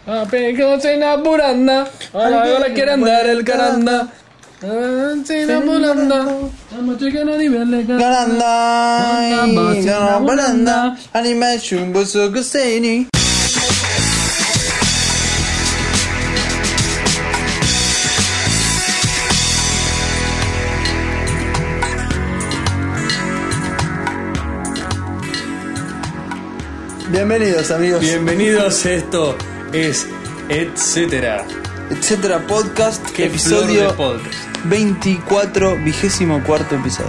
Apegos en la buranda, ahora quiere andar el caranda. Sin la buranda, vamos a llegar a nivel de Garanda, Garanda, anime shumbo sokuseni. Bienvenidos amigos. Bienvenidos, esto es Etcétera. Etcétera Podcast, Qué episodio flor de podcast. 24, 24 episodio.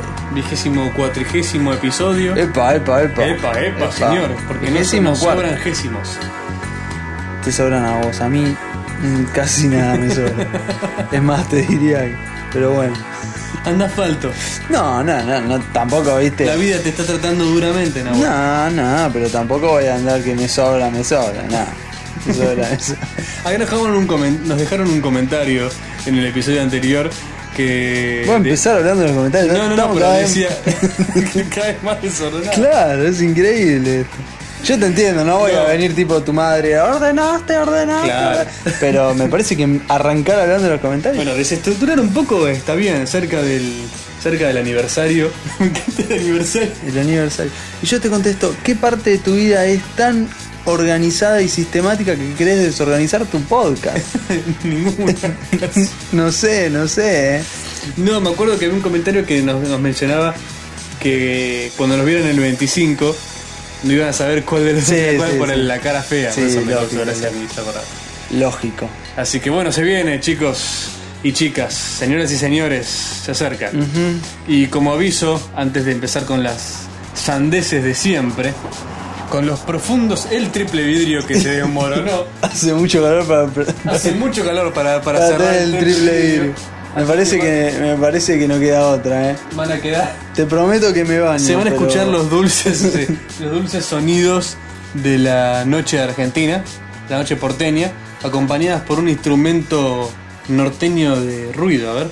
24º episodio. Epa, Señores, porque no se nos sobran gésimos. Te sobran a vos, a mí casi nada me sobra. Es más, te diría que... Pero bueno. Anda falto. No, tampoco, viste. La vida te está tratando duramente, ¿no? No, pero tampoco voy a andar que me sobra, nada. Me sobra eso. Acá nos dejaron un comentario en el episodio anterior que... Voy a empezar hablando en los comentarios. No, pero decía que cada vez más desordenado. Claro, es increíble esto. Yo te entiendo, no voy a venir tipo tu madre, ordenaste. Claro. Pero me parece que arrancar hablando de los comentarios. Bueno, desestructurar un poco está bien, cerca del aniversario. Me encanta el aniversario. El aniversario. Y yo te contesto, ¿qué parte de tu vida es tan organizada y sistemática que querés desorganizar tu podcast? Ninguna. No sé. No, me acuerdo que había un comentario que nos mencionaba que cuando nos vieran en el 25 no iban a saber cuál de los por la cara fea. Sí, por eso me lógico, causó gracia a mí, ¿te acordás? Lógico. Así que bueno, se viene, chicos y chicas, señoras y señores, se acerca. Y como aviso, antes de empezar con las sandeces de siempre, con los profundos, el triple vidrio que se desmoronó. Hace mucho calor para cerrar el triple vidrio. Me parece que no queda otra, Van a quedar. Te prometo que me baño. Se van a escuchar los dulces sonidos de la noche de Argentina, la noche porteña, acompañadas por un instrumento norteño de ruido, a ver.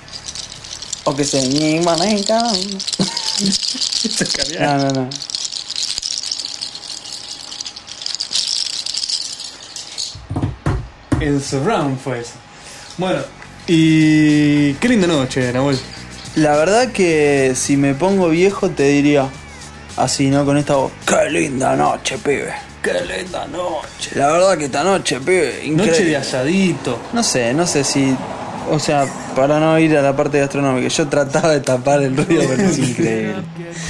O que se ni maneja. No. El surround fue eso. Bueno, y qué linda noche, Nahuel. La verdad que si me pongo viejo te diría así, ¿no? Con esta voz. ¡Qué linda noche, pibe! ¡Qué linda noche! La verdad que esta noche, pibe, increíble. Noche de asadito. No sé si... O sea, para no ir a la parte gastronómica, yo trataba de tapar el ruido, pero es increíble.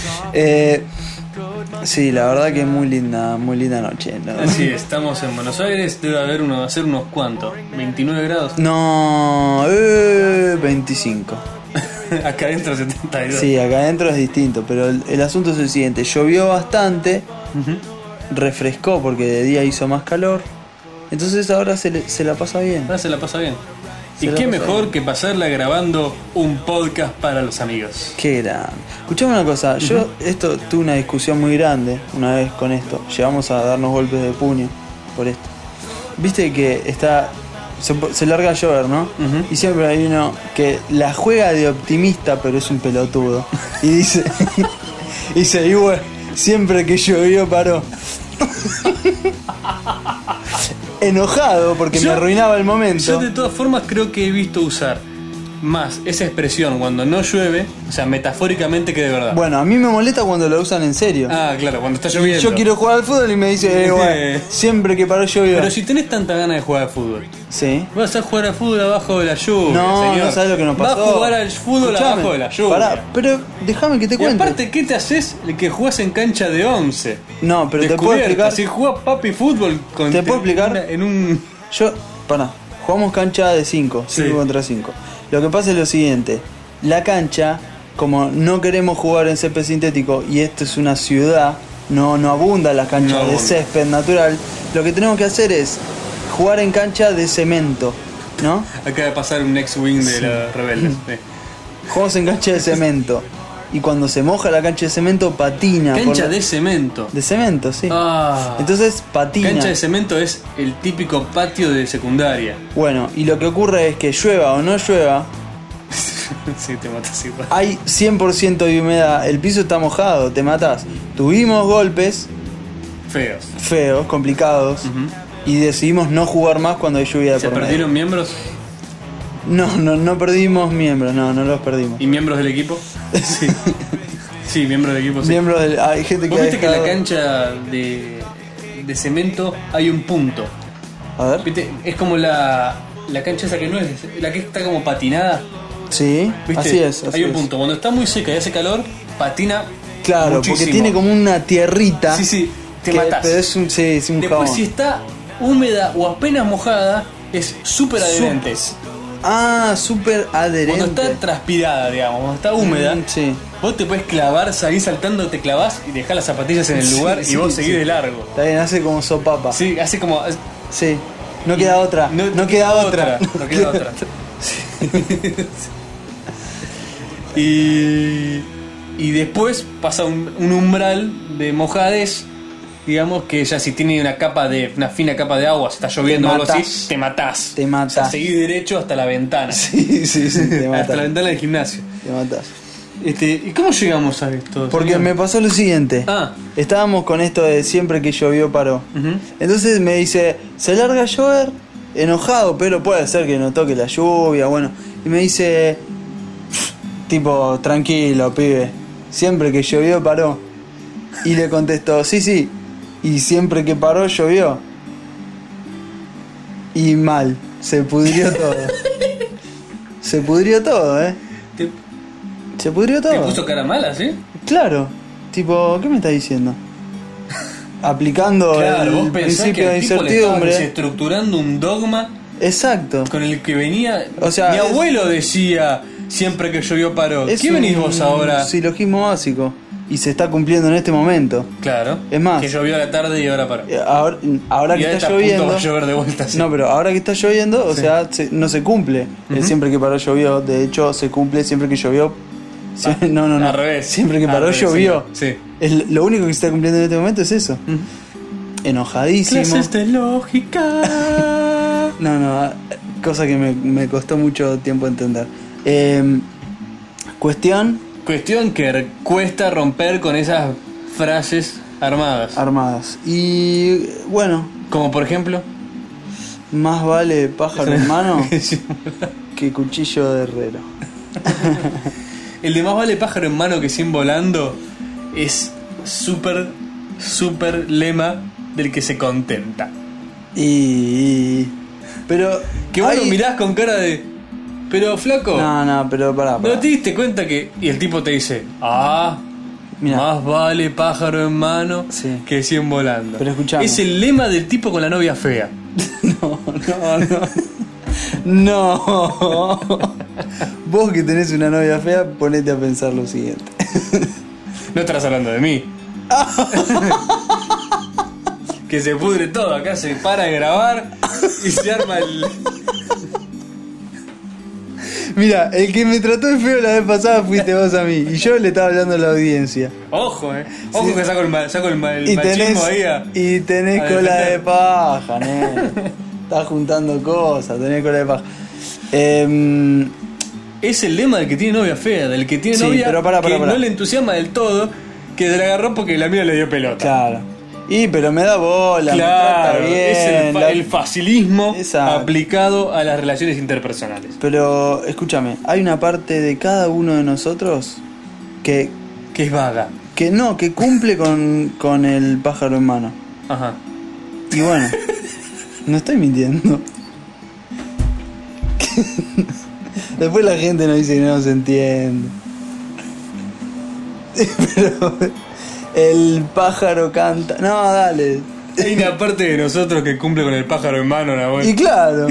Sí, la verdad que es muy linda noche, ¿no? Así es, estamos en Buenos Aires, debe hacer unos cuantos, 29 grados. No, 25. Acá adentro 72. Sí, acá adentro es distinto, pero el asunto es el siguiente, llovió bastante, refrescó porque de día hizo más calor, entonces ahora se la pasa bien. Ahora se la pasa bien. Y qué mejor que pasarla grabando un podcast para los amigos. Qué grande. Escuchame una cosa, yo tuve una discusión muy grande una vez con esto. Llegamos a darnos golpes de puño por esto. Viste que se larga a llover, ¿no? Y siempre hay uno que la juega de optimista, pero es un pelotudo. Y dice, y bueno, siempre que llovió paró. Enojado porque me arruinaba el momento. Yo de todas formas creo que he visto usar más esa expresión cuando no llueve, o sea, metafóricamente que de verdad. Bueno, a mí me molesta cuando lo usan en serio. Ah, claro, cuando está lloviendo. Yo quiero jugar al fútbol y me dice, bueno, siempre que paró llovió. Pero si tenés tanta ganas de jugar al fútbol, sí, vas a jugar al fútbol abajo de la lluvia, no, señor. No sabes lo que nos pasó. Vas a jugar al fútbol abajo de la lluvia. Pará, pero déjame que te cuente. Y aparte, ¿qué te haces que jugás en cancha de 11? No, pero te puedo explicar. Si jugás papi fútbol con ¿Te puedo explicar? Jugamos cancha de 5 contra 5. Lo que pasa es lo siguiente, la cancha, como no queremos jugar en césped sintético y esto es una ciudad, no abunda la cancha de césped natural, lo que tenemos que hacer es jugar en cancha de cemento, ¿no? Acaba de pasar un ex-wing de los rebeldes. Jugamos en cancha de cemento. Y cuando se moja la cancha de cemento, patina. Cancha de cemento. De cemento, sí. Ah. Entonces patina. Cancha de cemento es el típico patio de secundaria. Bueno, y lo que ocurre es que llueva o no llueva, sí, te matas igual. hay 100% de humedad, el piso está mojado, te matás. Tuvimos golpes feos, complicados, y decidimos no jugar más cuando hay lluvia de ¿Se por medio. perdieron miembros? No perdimos miembros, no los perdimos. ¿Y miembros del equipo? Sí. Sí, miembros del equipo, sí. Hay gente que ¿Vos ha viste que en la dejado- cancha de cemento hay un punto? A ver. ¿Viste? Es como la cancha esa que no es, la que está como patinada. Sí, ¿Viste? así es. Hay un punto. Cuando está muy seca y hace calor, patina. Claro, muchísimo. porque tiene como una tierrita. Sí, te que- matás. Pero es un Después, jabón. si está húmeda o apenas mojada, es súper adherente. Súper adherente. Cuando está transpirada, digamos, cuando está húmeda, Sí. vos te puedes clavar, salís saltando, te clavás y dejás las zapatillas en el lugar y Sí, vos seguís sí. de largo. Está bien, hace como sopapa. Sí, hace como. Sí. No queda otra. No queda otra. No queda otra. Y después pasa un umbral de mojadez, digamos que ya si tiene una fina capa de agua, si está lloviendo o algo así, te matás. Te matás. O sea, seguís derecho hasta la ventana. Sí, te Hasta la matas. ventana del gimnasio. Te matas. ¿Y cómo llegamos a esto? Porque señor? me pasó lo siguiente. Ah. Estábamos con esto de siempre que llovió paró. Ujú. Entonces me dice, ¿se larga a llover? Enojado, pero puede ser que no toque la lluvia, bueno. Y me dice, tipo, tranquilo, pibe. Siempre que llovió paró. Y le contesto, sí. Y siempre que paró llovió. Y mal, se pudrió todo. Se pudrió todo, ¿Te, Se pudrió todo. te puso cara mala, sí? Claro, tipo, ¿qué me estás diciendo? Aplicando Claro, vos el pensás principio que de el tipo le estaba incertidumbre. desestructurando un dogma Exacto. con el que venía. O sea, mi es- abuelo decía siempre que llovió paró. Es ¿Qué venís vos un ahora? silogismo básico y se está cumpliendo en este momento. Claro. Es más. Que llovió a la tarde y ahora paró. Ahora Y que a está este punto lloviendo. va a llover de vuelta. Sí. No, pero ahora que está lloviendo, o sea, no se cumple. El siempre que paró llovió. De hecho, se cumple siempre que llovió. No. Al revés. Siempre que Al paró revés, llovió. sí. Lo único que se está cumpliendo en este momento es eso. Enojadísimo. Clases de lógica. No, cosa que me costó mucho tiempo entender. Cuestión Cuestión que cuesta romper con esas frases armadas. armadas. Y bueno, Como por ejemplo. más vale pájaro en mano que cuchillo de herrero. El de más vale pájaro en mano que 100 volando es súper lema del que se contenta. Pero Que vos lo hay- mirás con cara de. Pero flaco, No, pero pará. ¿no te diste cuenta que.? Y el tipo te dice: Mirá. más vale pájaro en mano Sí. que 100 volando. Pero escuchame. Es el lema del tipo con la novia fea. No. Vos que tenés una novia fea, ponete a pensar lo siguiente. No estarás hablando de mí. Que se pudre todo, acá se para de grabar y se arma el. Mira, el que me trató de feo la vez pasada fuiste vos a mí. Y yo le estaba hablando a la audiencia. Ojo, Ojo Sí. que saco el Y machismo ahí y tenés a cola de defender. paja, Estás juntando cosas, tenés cola de paja. Es el lema del que tiene novia fea, del que tiene Sí, novia pero pará. que no le entusiasma del todo, que se la agarró porque la mía le dio pelota. Claro. Pero me da bola, me trata bien. es el facilismo Exacto. aplicado a las relaciones interpersonales. Pero escúchame, hay una parte de cada uno de nosotros que Que es vaga. que cumple con el pájaro en mano. Ajá. Y bueno, no estoy mintiendo. Después la gente nos dice que no se entiende. Pero el pájaro canta. No, dale. Hay una parte de nosotros que cumple con el pájaro en mano, Nahuel. Y claro.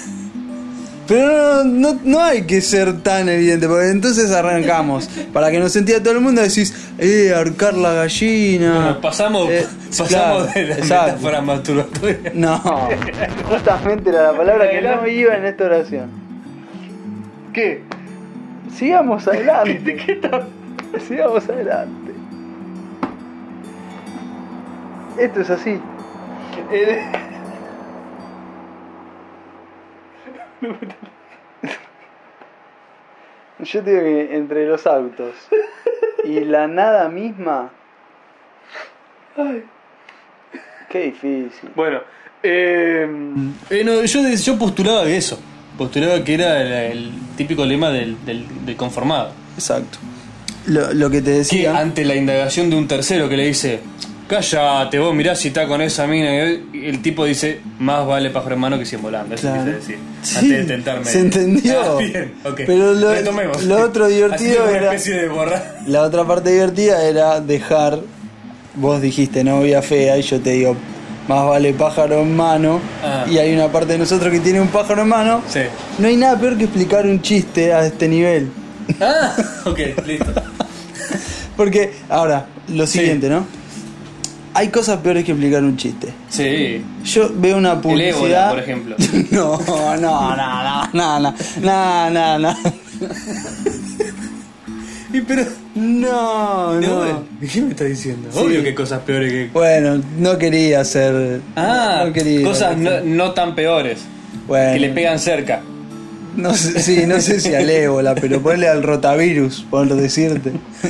Pero no hay que ser tan evidente, porque entonces arrancamos. Para que nos entienda todo el mundo decís, arcar la gallina. Bueno, pasamos claro, de la exacto. metáfora masturbatoria. No, justamente era la palabra que no iba en esta oración. ¿Qué? Sigamos adelante. Sigamos adelante. Esto es así. Yo te digo que entre los autos y la nada misma. Ay, qué difícil. Bueno, No, yo postulaba que eso. Postulaba que era el típico lema del conformado. Exacto. Lo que te Que decía. ante la indagación de un tercero que le dice: cállate, vos mirá si está con esa mina. Y el tipo dice: más vale pájaro en mano que 100 volando. Eso Claro. quise decir. Sí, Antes de tentarme. se entendió. Bien, ok. Pero Retomemos. lo otro divertido Así una era. especie de borrar. La otra parte divertida era dejar. Vos dijiste novia fea y yo te digo más vale pájaro en mano. Ah. Y hay una parte de nosotros que tiene un pájaro en mano. Sí. No hay nada peor que explicar un chiste a este nivel. Ah, ok, listo. Porque, ahora, lo siguiente, ¿no? Hay cosas peores que explicar un chiste. Sí. Yo veo una El publicidad. ébola, por ejemplo. No. Y pero. No. ¿Qué me estás diciendo? Sí. Obvio que hay cosas peores que. Bueno, no quería hacer. Ah, no quería. cosas no tan peores. Bueno, Que le pegan cerca. No sé, sí, no sé si al ébola, pero ponle al rotavirus, por decirte.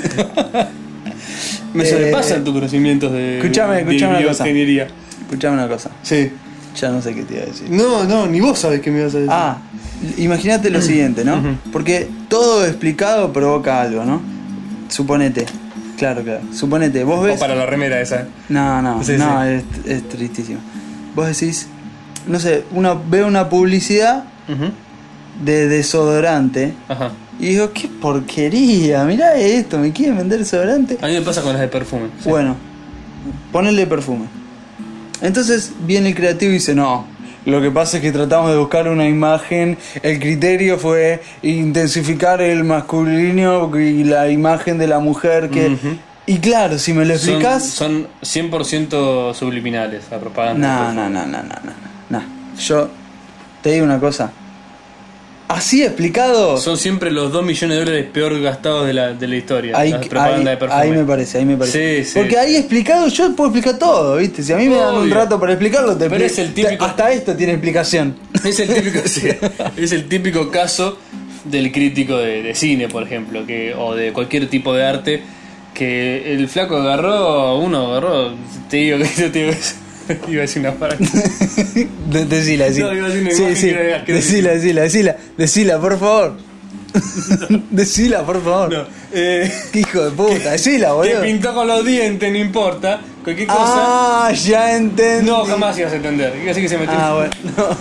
Me sobrepasan tus conocimientos de. Escuchame una cosa. Bioingeniería. Escuchame una cosa. Sí. Ya no sé qué te iba a decir. No, ni vos sabés qué me ibas a decir. Ah, imagínate lo siguiente, ¿no? Ujú. Porque todo explicado provoca algo, ¿no? Suponete. Claro. Suponete, vos O ves. para la remera esa. No, Sí, es tristísimo. Vos decís, no sé, veo una publicidad Ujú. de desodorante Ajá. y digo, qué porquería, mirá esto, ¿me quieren vender desodorante? A mí me pasa con las de perfume. Sí. Bueno, ponele perfume. Entonces viene el creativo y dice, no, lo que pasa es que tratamos de buscar una imagen, el criterio fue intensificar el masculino y la imagen de la mujer que... Ujú. Y claro, si me lo explicás... Son 100% subliminales la propaganda. No. Yo te digo una cosa. Así explicado... Son siempre los 2 millones de dólares peor gastados de la historia. Ahí, la propaganda de perfume. ahí me parece. Sí. Porque ahí explicado, yo puedo explicar todo, ¿viste? Si a mí me dan un Obvio. rato para explicarlo, te Pero es el típico- hasta esto tiene explicación. Es el típico, sí, es el típico caso del crítico de cine, por ejemplo, o de cualquier tipo de arte, que el flaco agarró, te digo que iba a decir una frase. Decila. No, iba a decir una imagen que era asquerosa. Decila, por favor. Decila, por favor. No, Qué hijo de puta, decila, que boludo. pintó con los dientes, no importa, cualquier cosa. Ah, ya entendí. No, jamás ibas a entender. Iba a decir que se metió. Ah, bueno. No.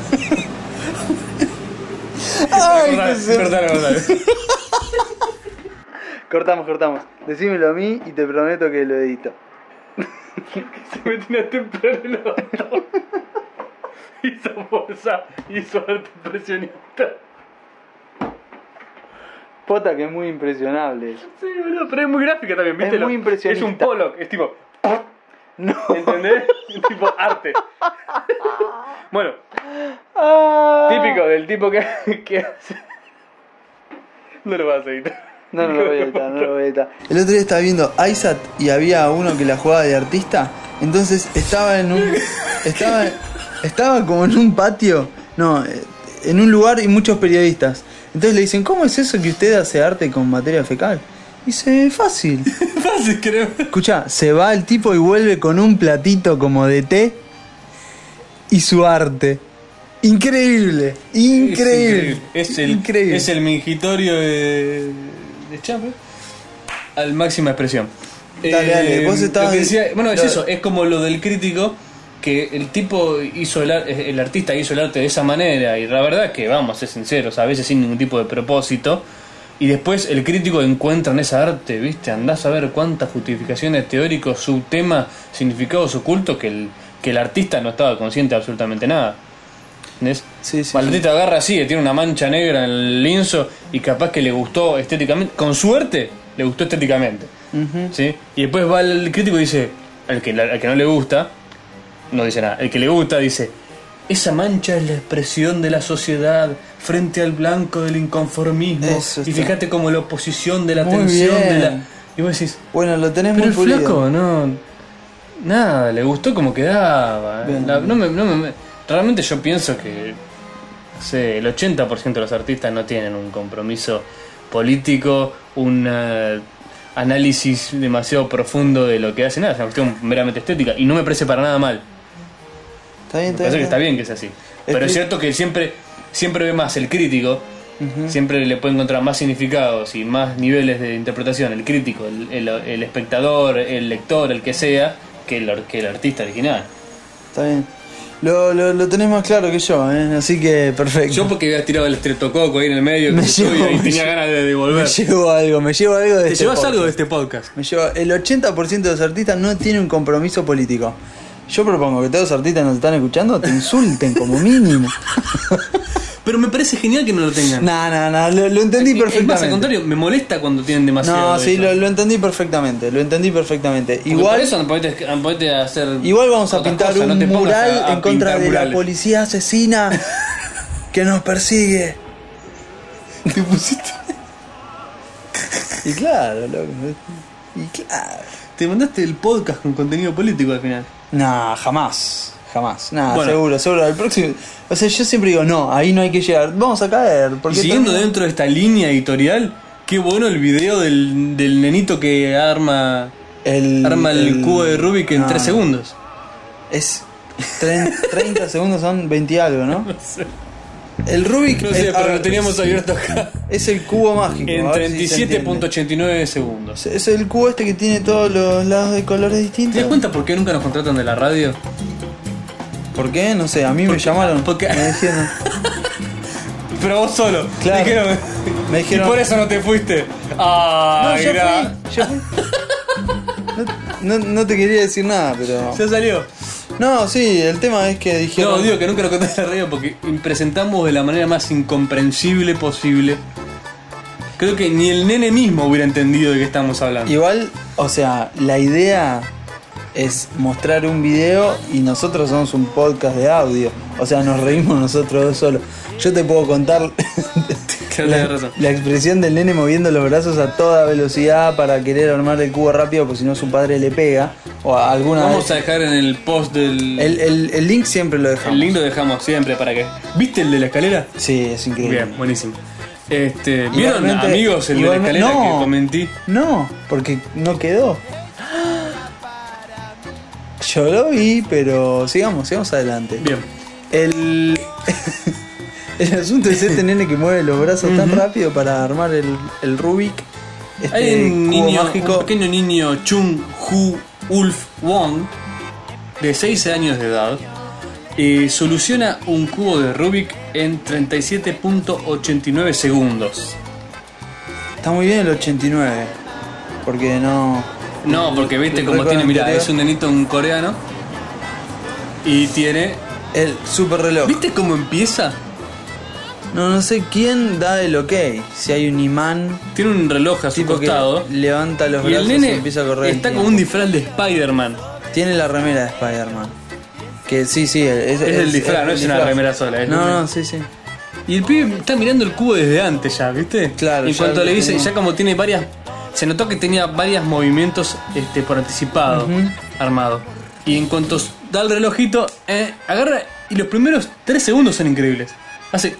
Ay, qué se... Cortalo. Cortamos. Decímelo a mí y te prometo que lo edito. Se metió una temprano en el otro. Hizo fuerza, hizo arte impresionista. Pota que es muy impresionable. Sí, boludo, pero es muy gráfica también, ¿viste? Es muy impresionista. Es un Pollock, es tipo. No. ¿Entendés? Es tipo arte. Bueno, Ah. típico del tipo que hace. No lo vas a editar. No lo voy a editar. El otro día estaba viendo ISAT y había uno que la jugaba de artista. Entonces estaba en un. Estaba como en un patio. No, en un lugar y muchos periodistas. Entonces le dicen, ¿cómo es eso que usted hace arte con materia fecal? Dice, fácil. Fácil, creo. Escucha, se va el tipo y vuelve con un platito como de té y su arte. Increíble. Increíble. Es el mingitorio de Chape al máxima expresión. Dale, vos estabas... Lo que decía, bueno, es Lo- eso, es como lo del crítico, que el tipo hizo el artista hizo el arte de esa manera, y la verdad que, vamos a ser sinceros, a veces sin ningún tipo de propósito, y después el crítico encuentra en esa arte, ¿viste? Andás a ver cuántas justificaciones teóricos, subtema, significados ocultos que el artista no estaba consciente de absolutamente nada. ¿Entendés? Sí. El artista agarra así, tiene una mancha negra en el lienzo y capaz que le gustó estéticamente, con suerte le gustó estéticamente. Ujú. ¿Sí? Y después va el crítico y dice, al que no le gusta, no dice nada, el que le gusta dice, esa mancha es la expresión de la sociedad frente al blanco del inconformismo. Eso Y está. fíjate como la oposición de la Muy tensión bien. de la... Y vos decís, Bueno, lo tenés pero muy el pulido. flaco no... Nada, le gustó como quedaba. Bien. Realmente yo pienso que, no sé, el 80% de los artistas no tienen un compromiso político, un análisis demasiado profundo de lo que hacen. Nada, es una cuestión meramente estética y no me parece para nada mal. Está bien, Me parece que está bien que sea así. Pero es cierto que siempre ve más el crítico. Siempre le puede encontrar más significados y más niveles de interpretación el crítico, el espectador, el lector, el que sea, que el artista original. Está bien. Lo tenés más claro que yo, así que perfecto. Yo porque había tirado el estreptococo ahí en el medio y tenía ganas de devolver. Me llevo algo de ¿Te este llevas podcast. algo de este podcast? Me llevo, el 80% de los artistas no tiene un compromiso político. Yo propongo que todos los artistas que nos están escuchando te insulten como mínimo. Pero me parece genial que no lo tengan. No, lo entendí perfectamente. Es más, al contrario, me molesta cuando tienen demasiado. No, de sí, eso. lo entendí perfectamente. Porque Igual, por eso no podés hacer. igual vamos a otra pintar cosa, un no te pongas mural a en contra pintar de la murales. policía asesina que nos persigue. Te pusiste. Y claro, loco. Y claro. Te mandaste el podcast con contenido político al final. No, jamás. Nada, Bueno. seguro. El próximo. O sea, yo siempre digo, no, ahí no hay que llegar. Vamos a caer. Y Porque siguiendo termina- dentro de esta línea editorial, qué bueno el video del nenito que arma el cubo de Rubik en 3 segundos. Es 30 segundos, son 20 y algo, ¿no? No sé, El Rubik no sé, a pero ver, lo teníamos abierto acá. es el cubo mágico. En a ver si se entiende. 37.89 segundos. Es el cubo este que tiene todos los lados de colores ¿Te distintos. das cuenta por qué nunca nos contratan de la radio? ¿Por qué? No sé, a mí me llamaron. porque- Me dijeron. Pero vos solo. Claro. Me dijeron- Y por eso no te fuiste. No, Ay, ya fui. No te quería decir nada, pero. Ya salió. No, sí, el tema es que dijeron. No, digo que nunca nos contratan de la radio porque presentamos de la manera más incomprensible posible. Creo que ni el nene mismo hubiera entendido de qué estamos hablando. Igual, o sea, la idea es mostrar un video y nosotros somos un podcast de audio. O sea, nos reímos nosotros dos solos. Yo te puedo contar Claro, tenés razón. la expresión del nene moviendo los brazos a toda velocidad para querer armar el cubo rápido, porque si no su padre le pega. O a alguna Vamos a vez. dejar en el post del. El link siempre lo dejamos. El link lo dejamos siempre para que. ¿Viste el de la escalera? Sí, es increíble. Bien, buenísimo. ¿Vieron, Igualmente- amigos, el de la igualmente- escalera no. que comenté? No, porque no quedó. Yo lo vi, pero sigamos adelante. Bien. El, el asunto es este nene que mueve los brazos tan rápido para armar el Rubik. Este Hay un cubo niño, mágico. un pequeño niño Chung Hu Ulf Wong, de 6 años de edad, soluciona un cubo de Rubik en 37.89 segundos. Está muy bien el 89. Porque no. No, porque viste el como récord tiene, mira, anterior. es un nenito, un coreano, y tiene... El super reloj. ¿Viste cómo empieza? No sé quién da el ok. Si hay un imán Tiene un reloj a su tipo que costado, levanta los y brazos el y nene empieza a correr. el está tiempo. como un disfraz de Spider-Man. Tiene la remera de Spider-Man. Que sí, es el disfraz, no es una remera sola, es No, un- sí. Y el pibe está mirando el cubo desde antes ya, ¿viste? Claro, En ya cuanto lo le dice, tengo. ya como tiene varias... Se notó que tenía varios movimientos por anticipado, armado. Y en cuanto da el relojito, agarra... Y los primeros 3 segundos son increíbles. Hace...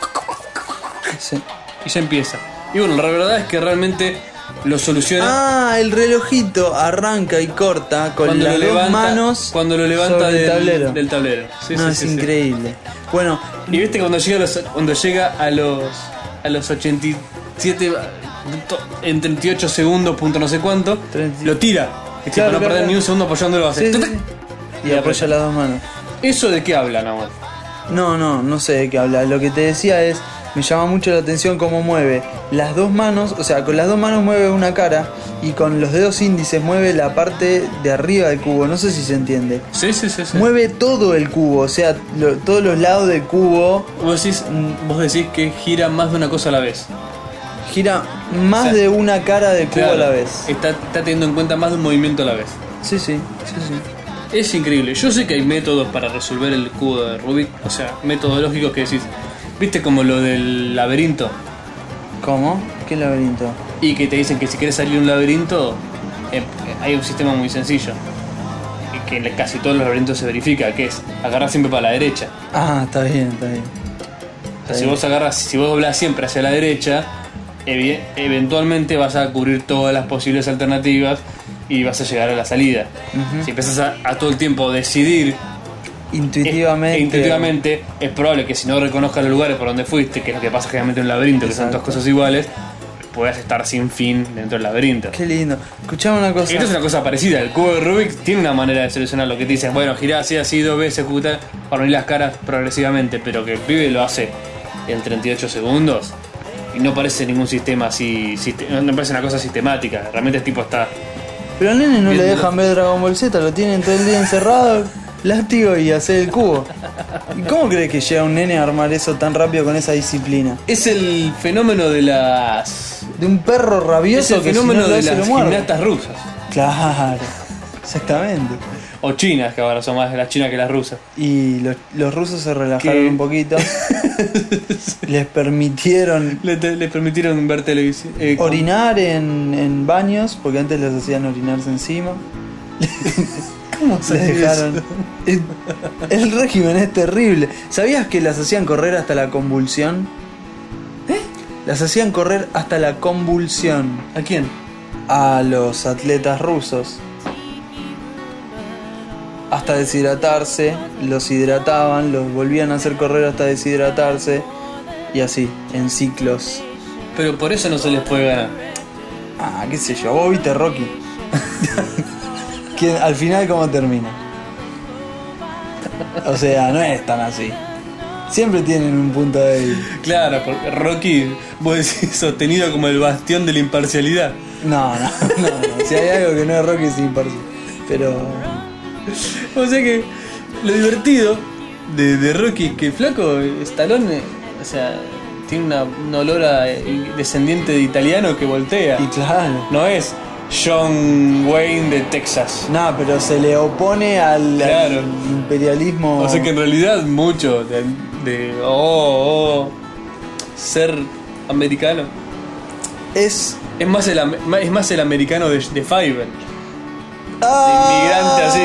Sí. Y ya empieza. Y bueno, la verdad es que realmente lo soluciona Ah, el relojito arranca y corta con cuando, las lo dos levanta, manos cuando lo levanta sobre el tablero. del tablero. Sí, No, sí, es sí, sí. increíble. Bueno, Y viste cuando llega a los 87 en 38 segundos, punto no sé cuánto, 30. lo tira. Es Claro, para no perder claro. ni un segundo apoyándolo, hace sí, sí, ¡tac! sí. Y Y apoya aprieta. las dos manos. ¿Eso de qué habla, Nahuel? No sé de qué habla. Lo que te decía es, me llama mucho la atención cómo mueve las dos manos, o sea, con las dos manos mueve una cara y con los dedos índices mueve la parte de arriba del cubo. No sé si se entiende. Sí. Mueve todo el cubo, o sea, todos los lados del cubo. Vos decís que gira más de una cosa a la vez. Gira más O sea, de una cara del cubo Claro, a la vez. Está teniendo en cuenta más de un movimiento a la vez. Sí. Es increíble. Yo sé que hay métodos para resolver el cubo de Rubik, o sea, métodos lógicos que decís, viste como lo del laberinto, ¿Cómo? ¿Qué laberinto? y que te dicen que si quieres salir de un laberinto, hay un sistema muy sencillo, y que en casi todos los laberintos se verifica, que es agarrar siempre para la derecha. Ah, está bien. O sea, si vos doblás siempre hacia la derecha, eventualmente vas a cubrir todas las posibles alternativas y vas a llegar a la salida. Si empiezas a todo el tiempo decidir intuitivamente. Intuitivamente es probable que si no reconozcas los lugares por donde fuiste, que es lo que pasa generalmente en un laberinto, que son Exacto. dos cosas iguales, puedas estar sin fin dentro del laberinto. Qué lindo. Escuchame una cosa. Esto es una cosa parecida. El cubo de Rubik tiene una manera de solucionar lo que te dicen. Bueno, girá así, así, 2 veces, ejecutar para unir las caras progresivamente. Pero que el pibe lo hace en 38 segundos y no parece ningún sistema así. No parece una cosa sistemática. Realmente el tipo está. Pero al nene no Bien, le dejan ver Dragon Ball Z, lo tienen todo el día encerrado, látigo y hacer el cubo. ¿Y cómo crees que llega un nene a armar eso tan rápido con esa disciplina? Es el fenómeno de las. De un perro Es rabioso el que fenómeno si no lo de hace, las lo muerde. gimnastas rusas. Claro, exactamente. O chinas, que ahora son más las chinas que las rusas. Y los rusos se relajaron ¿Qué? un poquito. Les permitieron Le permitieron ver televisión. orinar en baños, porque antes les hacían orinarse encima. ¿Cómo Les dejaron. El régimen es terrible. ¿Sabías que las hacían correr hasta la convulsión? Las hacían correr hasta la convulsión ¿A quién? a los atletas rusos. Hasta deshidratarse, los hidrataban, los volvían a hacer correr hasta deshidratarse. Y así, en ciclos. Pero por eso no se les puede ganar. Ah, qué sé yo, vos viste Rocky. Que al final cómo termina. O sea, no es tan así. Siempre tienen un punto débil. Claro, porque Rocky, vos decís, sostenido como el bastión de la imparcialidad. No. Si hay algo que no es Rocky es imparcial. Pero. O sea que lo divertido de Rocky es que el flaco Stallone, o sea, tiene un olor a descendiente de italiano que voltea. Y claro. No es John Wayne de Texas. No, pero se le opone al Claro. imperialismo. O sea que en realidad mucho de ser americano es. es más el americano de Fiverr. ¡Ah! Inmigrante así.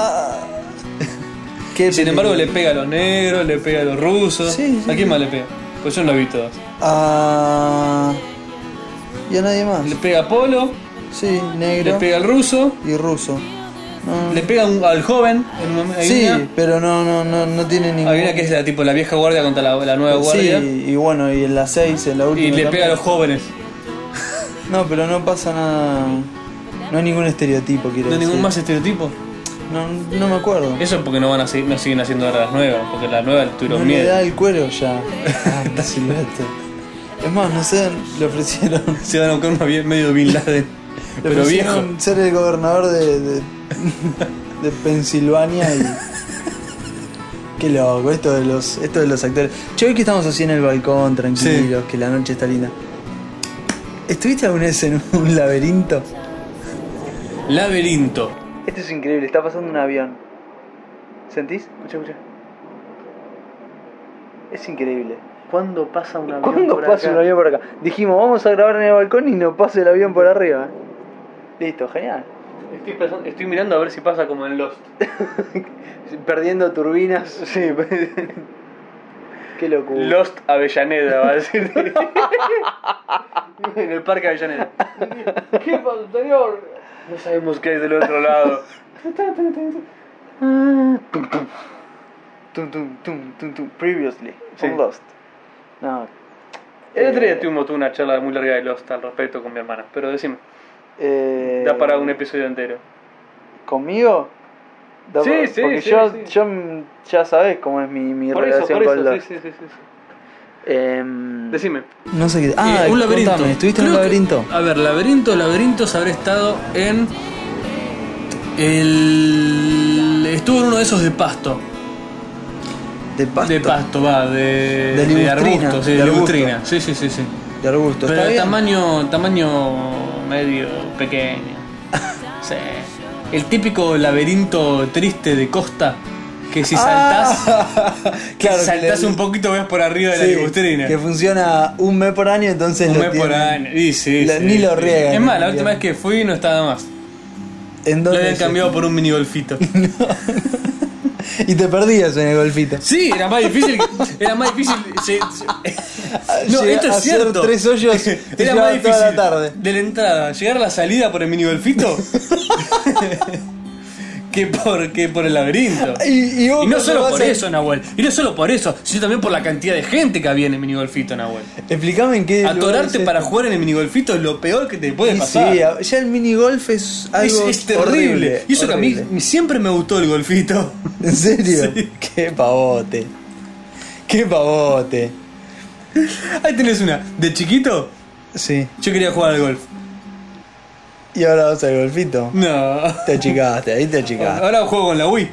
Qué Sin embargo le pega a los negros, le pega a los rusos. Sí, sí, ¿A quién más le pega? Pues yo no lo vi todos. Y a nadie más. Le pega a Polo, Sí, negro. le pega al ruso, Y ruso. No. le pega al joven. En un momento, Sí, pero no tiene ningún. hay una que es la vieja guardia contra la nueva guardia. Sí, y bueno, y en la 6, en la última. Y le pega a los jóvenes. No, pero no pasa nada. No hay ningún estereotipo, quiero ¿No hay decir. ningún más estereotipo? No me acuerdo. Eso es porque no siguen haciendo ahora las nuevas, porque las nuevas tuvieron No le miedo. da el cuero ya. Ah, Silvestre. Es más, no sé, le ofrecieron. Se van a buscar uno medio Bin Laden, Le pero viejo. ofrecieron ser el gobernador de Pensilvania y. Qué loco, esto de los actores. Che, hoy que estamos así en el balcón, tranquilos, que la noche está linda. ¿Estuviste alguna vez en un laberinto? Laberinto. Esto es increíble, está pasando un avión. ¿Sentís? Escucha. Es increíble. ¿Cuándo pasa un avión ¿Cuándo por pasa acá? un avión por acá? Dijimos, vamos a grabar en el balcón y no pasa el avión por arriba. Listo, genial. Estoy mirando a ver si pasa como en Lost. Perdiendo turbinas. Sí. Qué locura. Lost Avellaneda, va a decir. En el parque Avellaneda. ¿Qué pasa, señor? No sabemos qué hay del otro lado. Previously, Sí. on Lost. No. El otro día tuvimos una charla muy larga de Lost al respecto con mi hermana. Pero decime, da para un episodio entero. ¿Conmigo? Sí, Porque sí, yo sí. ya sabés cómo es mi Por eso, relación con Lost. sí. Decime. Decime. No sé qué. Un laberinto. Contame, ¿estuviste en un Creo que- laberinto? A ver, laberintos habré estado en. Estuve en uno de esos de pasto. ¿De pasto? De pasto, va, de lustrina, arbusto, sí, de de arbusto. lustrina. Sí. De arbusto. Pero ¿Está de bien? tamaño medio pequeño. Sí. El típico laberinto triste de costa. Que si saltás, claro, que saltás le- un poquito, ves por arriba de Sí, la lustrina. que funciona un mes por año, entonces Un lo mes por tienen- año. Y sí, Ni lo riegan. Es más, la Ni última lo- vez que fui no estaba más. ¿En Lo dónde habían se- cambiado por un mini golfito. Y te perdías en el golfito. Sí, era más difícil. No, Llega- esto es hacer cierto. 3 hoyos te Era lleva más difícil toda la tarde. de la entrada llegar a la salida por el mini golfito que por el laberinto. Y vos Y no cuando solo vas por a- eso, Nahuel. Y no solo por eso, sino también por la cantidad de gente que había en el minigolfito, Nahuel. Explícame en qué. lugar Atorarte es para esto. jugar en el minigolfito es lo peor que te puede Y pasar. sí, ya el minigolf es algo. Es terrible. horrible, Y eso horrible. que a mí siempre me gustó el golfito. ¿En serio? Sí. Qué pavote. Qué pavote. Ahí tenés una. De chiquito, Sí. yo quería jugar al golf. Y ahora vas al golfito. No. Te achicaste, ahí te achicaste. Ahora juego con la Wii.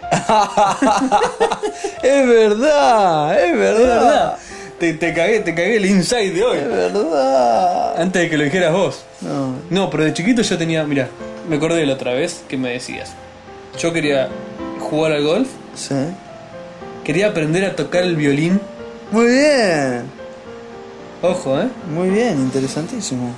Es verdad, es Es verdad. verdad. Te cagué el insight de hoy. Es verdad. Antes de que lo dijeras vos. No. No, pero de chiquito yo tenía. Mirá, me acordé de la otra vez que me decías. Yo quería jugar al golf. Sí. Quería aprender a tocar el violín. Muy bien. Ojo, Muy bien, interesantísimo.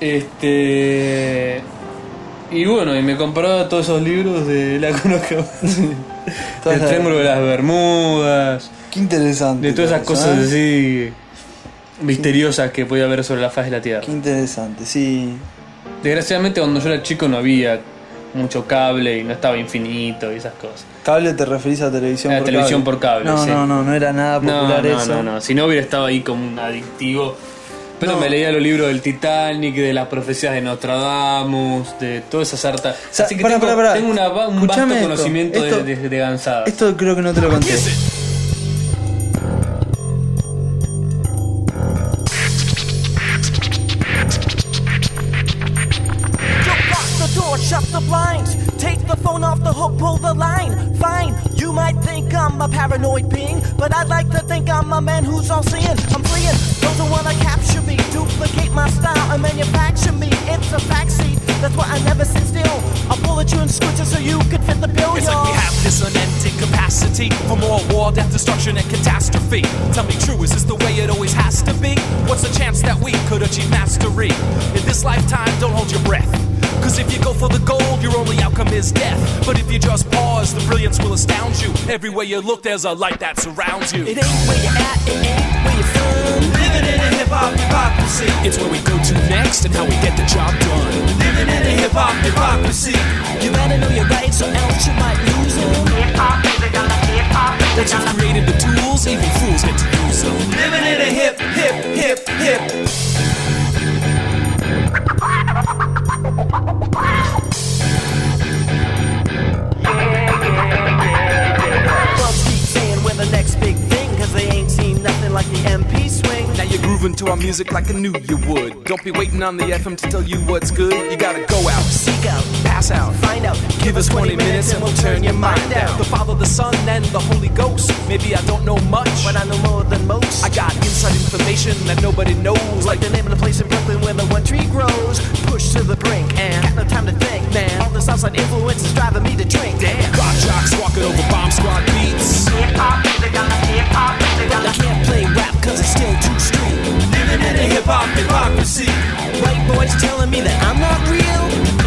Y bueno, y me compraba todos esos libros de la conozco. Todas El las- Triángulo de las Bermudas. Qué interesante. De todas esas todo eso, cosas ¿eh? así misteriosas que podía haber sobre la faz de la Tierra. Qué interesante, sí. Desgraciadamente cuando yo era chico no había mucho cable y no estaba infinito y esas cosas. ¿Cable te referís a televisión A por televisión cable? por cable, No, sí. no era nada No, popular no, eso. no. Si no hubiera estado ahí como un adictivo. Pero No. me leía los libros del Titanic, de las profecías de Nostradamus, de todas esas hartas. sea, Así que pará, tengo, pará. tengo un vasto Escuchame esto. conocimiento Esto- de gansadas. Esto creo que no te lo conté. Lock the door, shut the blinds. Take the phone off the hook, pull the line. Fine, you might think I'm a paranoid being, but I'd like to think I'm a man who's all seeing. I'm fleeing those who wanna capture me, duplicate my style and manufacture me. It's a backseat, that's why I never sit still. I'll pull at you and squish it so you can fit the bill, It's like we have this unending capacity for more war, death, destruction, and catastrophe. Tell me true, is this the way it always has to be? What's the chance that we could achieve mastery? In this lifetime, don't hold your breath. Cause if you go for the gold, your only outcome is death. But if you just pause, the brilliance will astound you. Everywhere you look, there's a light that surrounds you. It ain't where you're at, it ain't where you're from. Living in a hip-hop hypocrisy. It's where we go to next and how we get the job done. Living in a hip-hop hypocrisy. You gotta know your rights or else you might lose them. Once you've created the tools, even fools get to use them. Living in a hip. Bums keep saying we're the next big thing, cause they ain't seen nothing like the MP swing. Now you're grooving to our music like I knew you would. Don't be waiting on the FM to tell you what's good. You gotta go out, Seek out, pass out, find out, give us 20 minutes and we'll turn your mind out. The Father, the Son, and the Holy Ghost. Maybe I don't know much, But I know more than most. I got inside information that nobody knows. like the name of the place in Brooklyn where the one tree grows. Push to the brink and got no time to think, man. All this outside influence is driving me to drink. Damn, rock jocks walking over bomb squad beats. I can't play rap cause it's still too street. Living in a hip-hop hypocrisy. White boys telling me that I'm not real.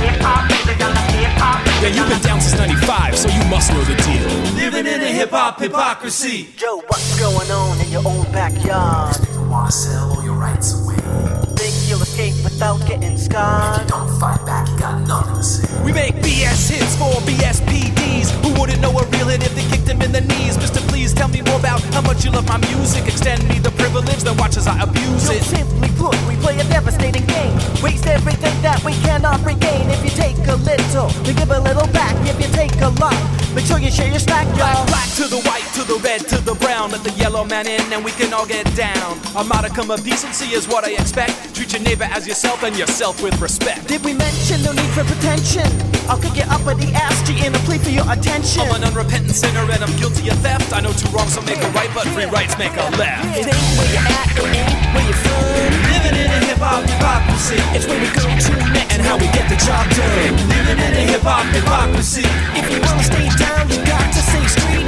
Yeah, you've been down since 95, so you must know the deal. Living in a hip-hop hypocrisy. Joe, what's going on in your own backyard? You wanna sell all your rights away. Think you'll escape without getting scarred? Don't fight back, you got nothing to say. We make BS hits for BSPDs. Who wouldn't know a real hit if they kicked him in the knees? Mister, please tell me more about how much you love my music. Extend me the privilege, then watch as I abuse So it. simply put, we play a devastating game. Waste everything that we cannot regain. If you take a little, we give a little back. If you take a lot, make sure you share your stack, y'all. Black to the white, to the red, to the brown. Let the yellow man in and we can all get down. A modicum of decency is what I expect. Treat your neighbor as yourself and yourself with respect. Did we mention no need for pretension? I'll kick you up at the ass G in a plea for your attention. I'm an unrepentant sinner and I'm guilty of theft. I know two wrongs don't make a right, but free rights make a left. It ain't where you're at, it ain't where you're from. Living in a hip-hop hypocrisy. It's where we go to next And how we get the job done. Living in a hip-hop hypocrisy. If you wanna stay down, you got to say street.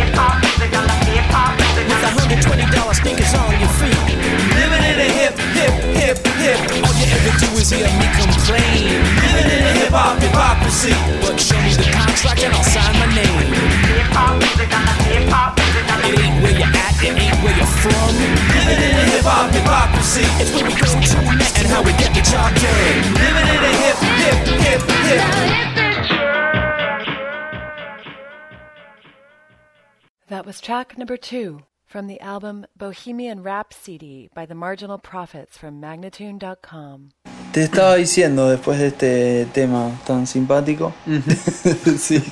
With $120 sneakers on your feet. Living in a hip. All you ever do is hear me complain. Living in a hip-hop hypocrisy. But show me the contract and I'll sign my name. It ain't where you're at, it ain't where you're from. Living in a hip-hop hypocrisy. It's where we go to next. And how we get the job done. Living in a hip. That was track number 2 from the album Bohemian Rhapsody by the Marginal Prophets from Magnatune.com. Te estaba diciendo después de este tema tan simpático. Sí.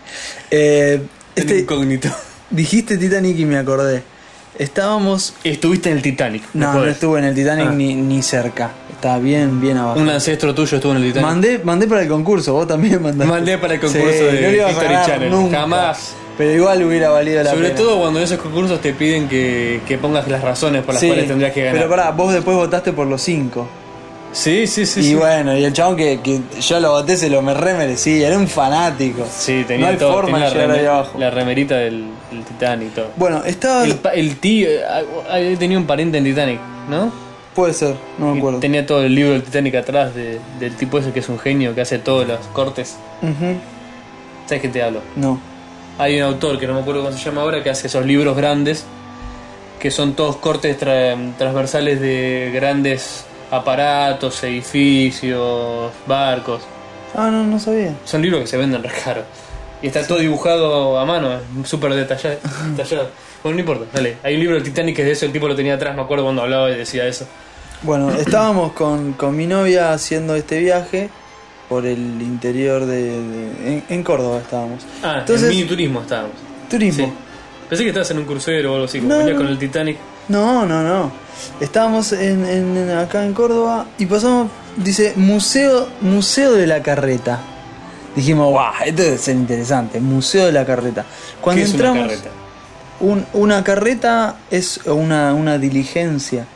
El incógnito. Dijiste Titanic y me acordé. Estábamos. Estuviste en el Titanic. No estuve en el Titanic ni cerca. Estaba bien abajo. Un ancestro tuyo estuvo en el Titanic. Mandé para el concurso, vos también mandaste. Mandé para el concurso sí, de no History Channel. Nunca. Jamás. Pero igual hubiera valido la Sobre pena. todo cuando en esos concursos te piden que pongas las razones por las cuales tendrías que ganar. Pero pará, vos después votaste por los 5. Sí. Y bueno, y el chabón que yo lo voté se lo remerecía, era un fanático. Sí, tenía no hay todo, forma de llegar ahí abajo. la remerita del Titanic y todo. Bueno, estaba. El tío tenía un pariente en Titanic, ¿no? Puede ser, no me acuerdo. Tenía todo el libro del Titanic atrás del tipo ese que es un genio que hace todos los cortes. ¿Sabes qué te hablo? No. Hay un autor que no me acuerdo cómo se llama ahora que hace esos libros grandes que son todos cortes transversales de grandes aparatos, edificios, barcos. Ah, no sabía. Son libros que se venden re caro. Y está todo dibujado a mano, súper detallado. Bueno, no importa, dale. Hay un libro del Titanic que es de eso, el tipo lo tenía atrás, me acuerdo cuando hablaba y decía eso. Bueno, estábamos con mi novia haciendo este viaje por el interior en Córdoba estábamos. Entonces, en mini turismo estábamos. Turismo. Sí. Pensé que estabas en un crucero o algo así, como No, venías no. con el Titanic. No. Estábamos acá en Córdoba y pasamos, dice, Museo de la Carreta. Dijimos, guau, esto debe ser interesante, Museo de la Carreta. Cuando ¿Qué es entramos, una carreta? Una carreta es una diligencia.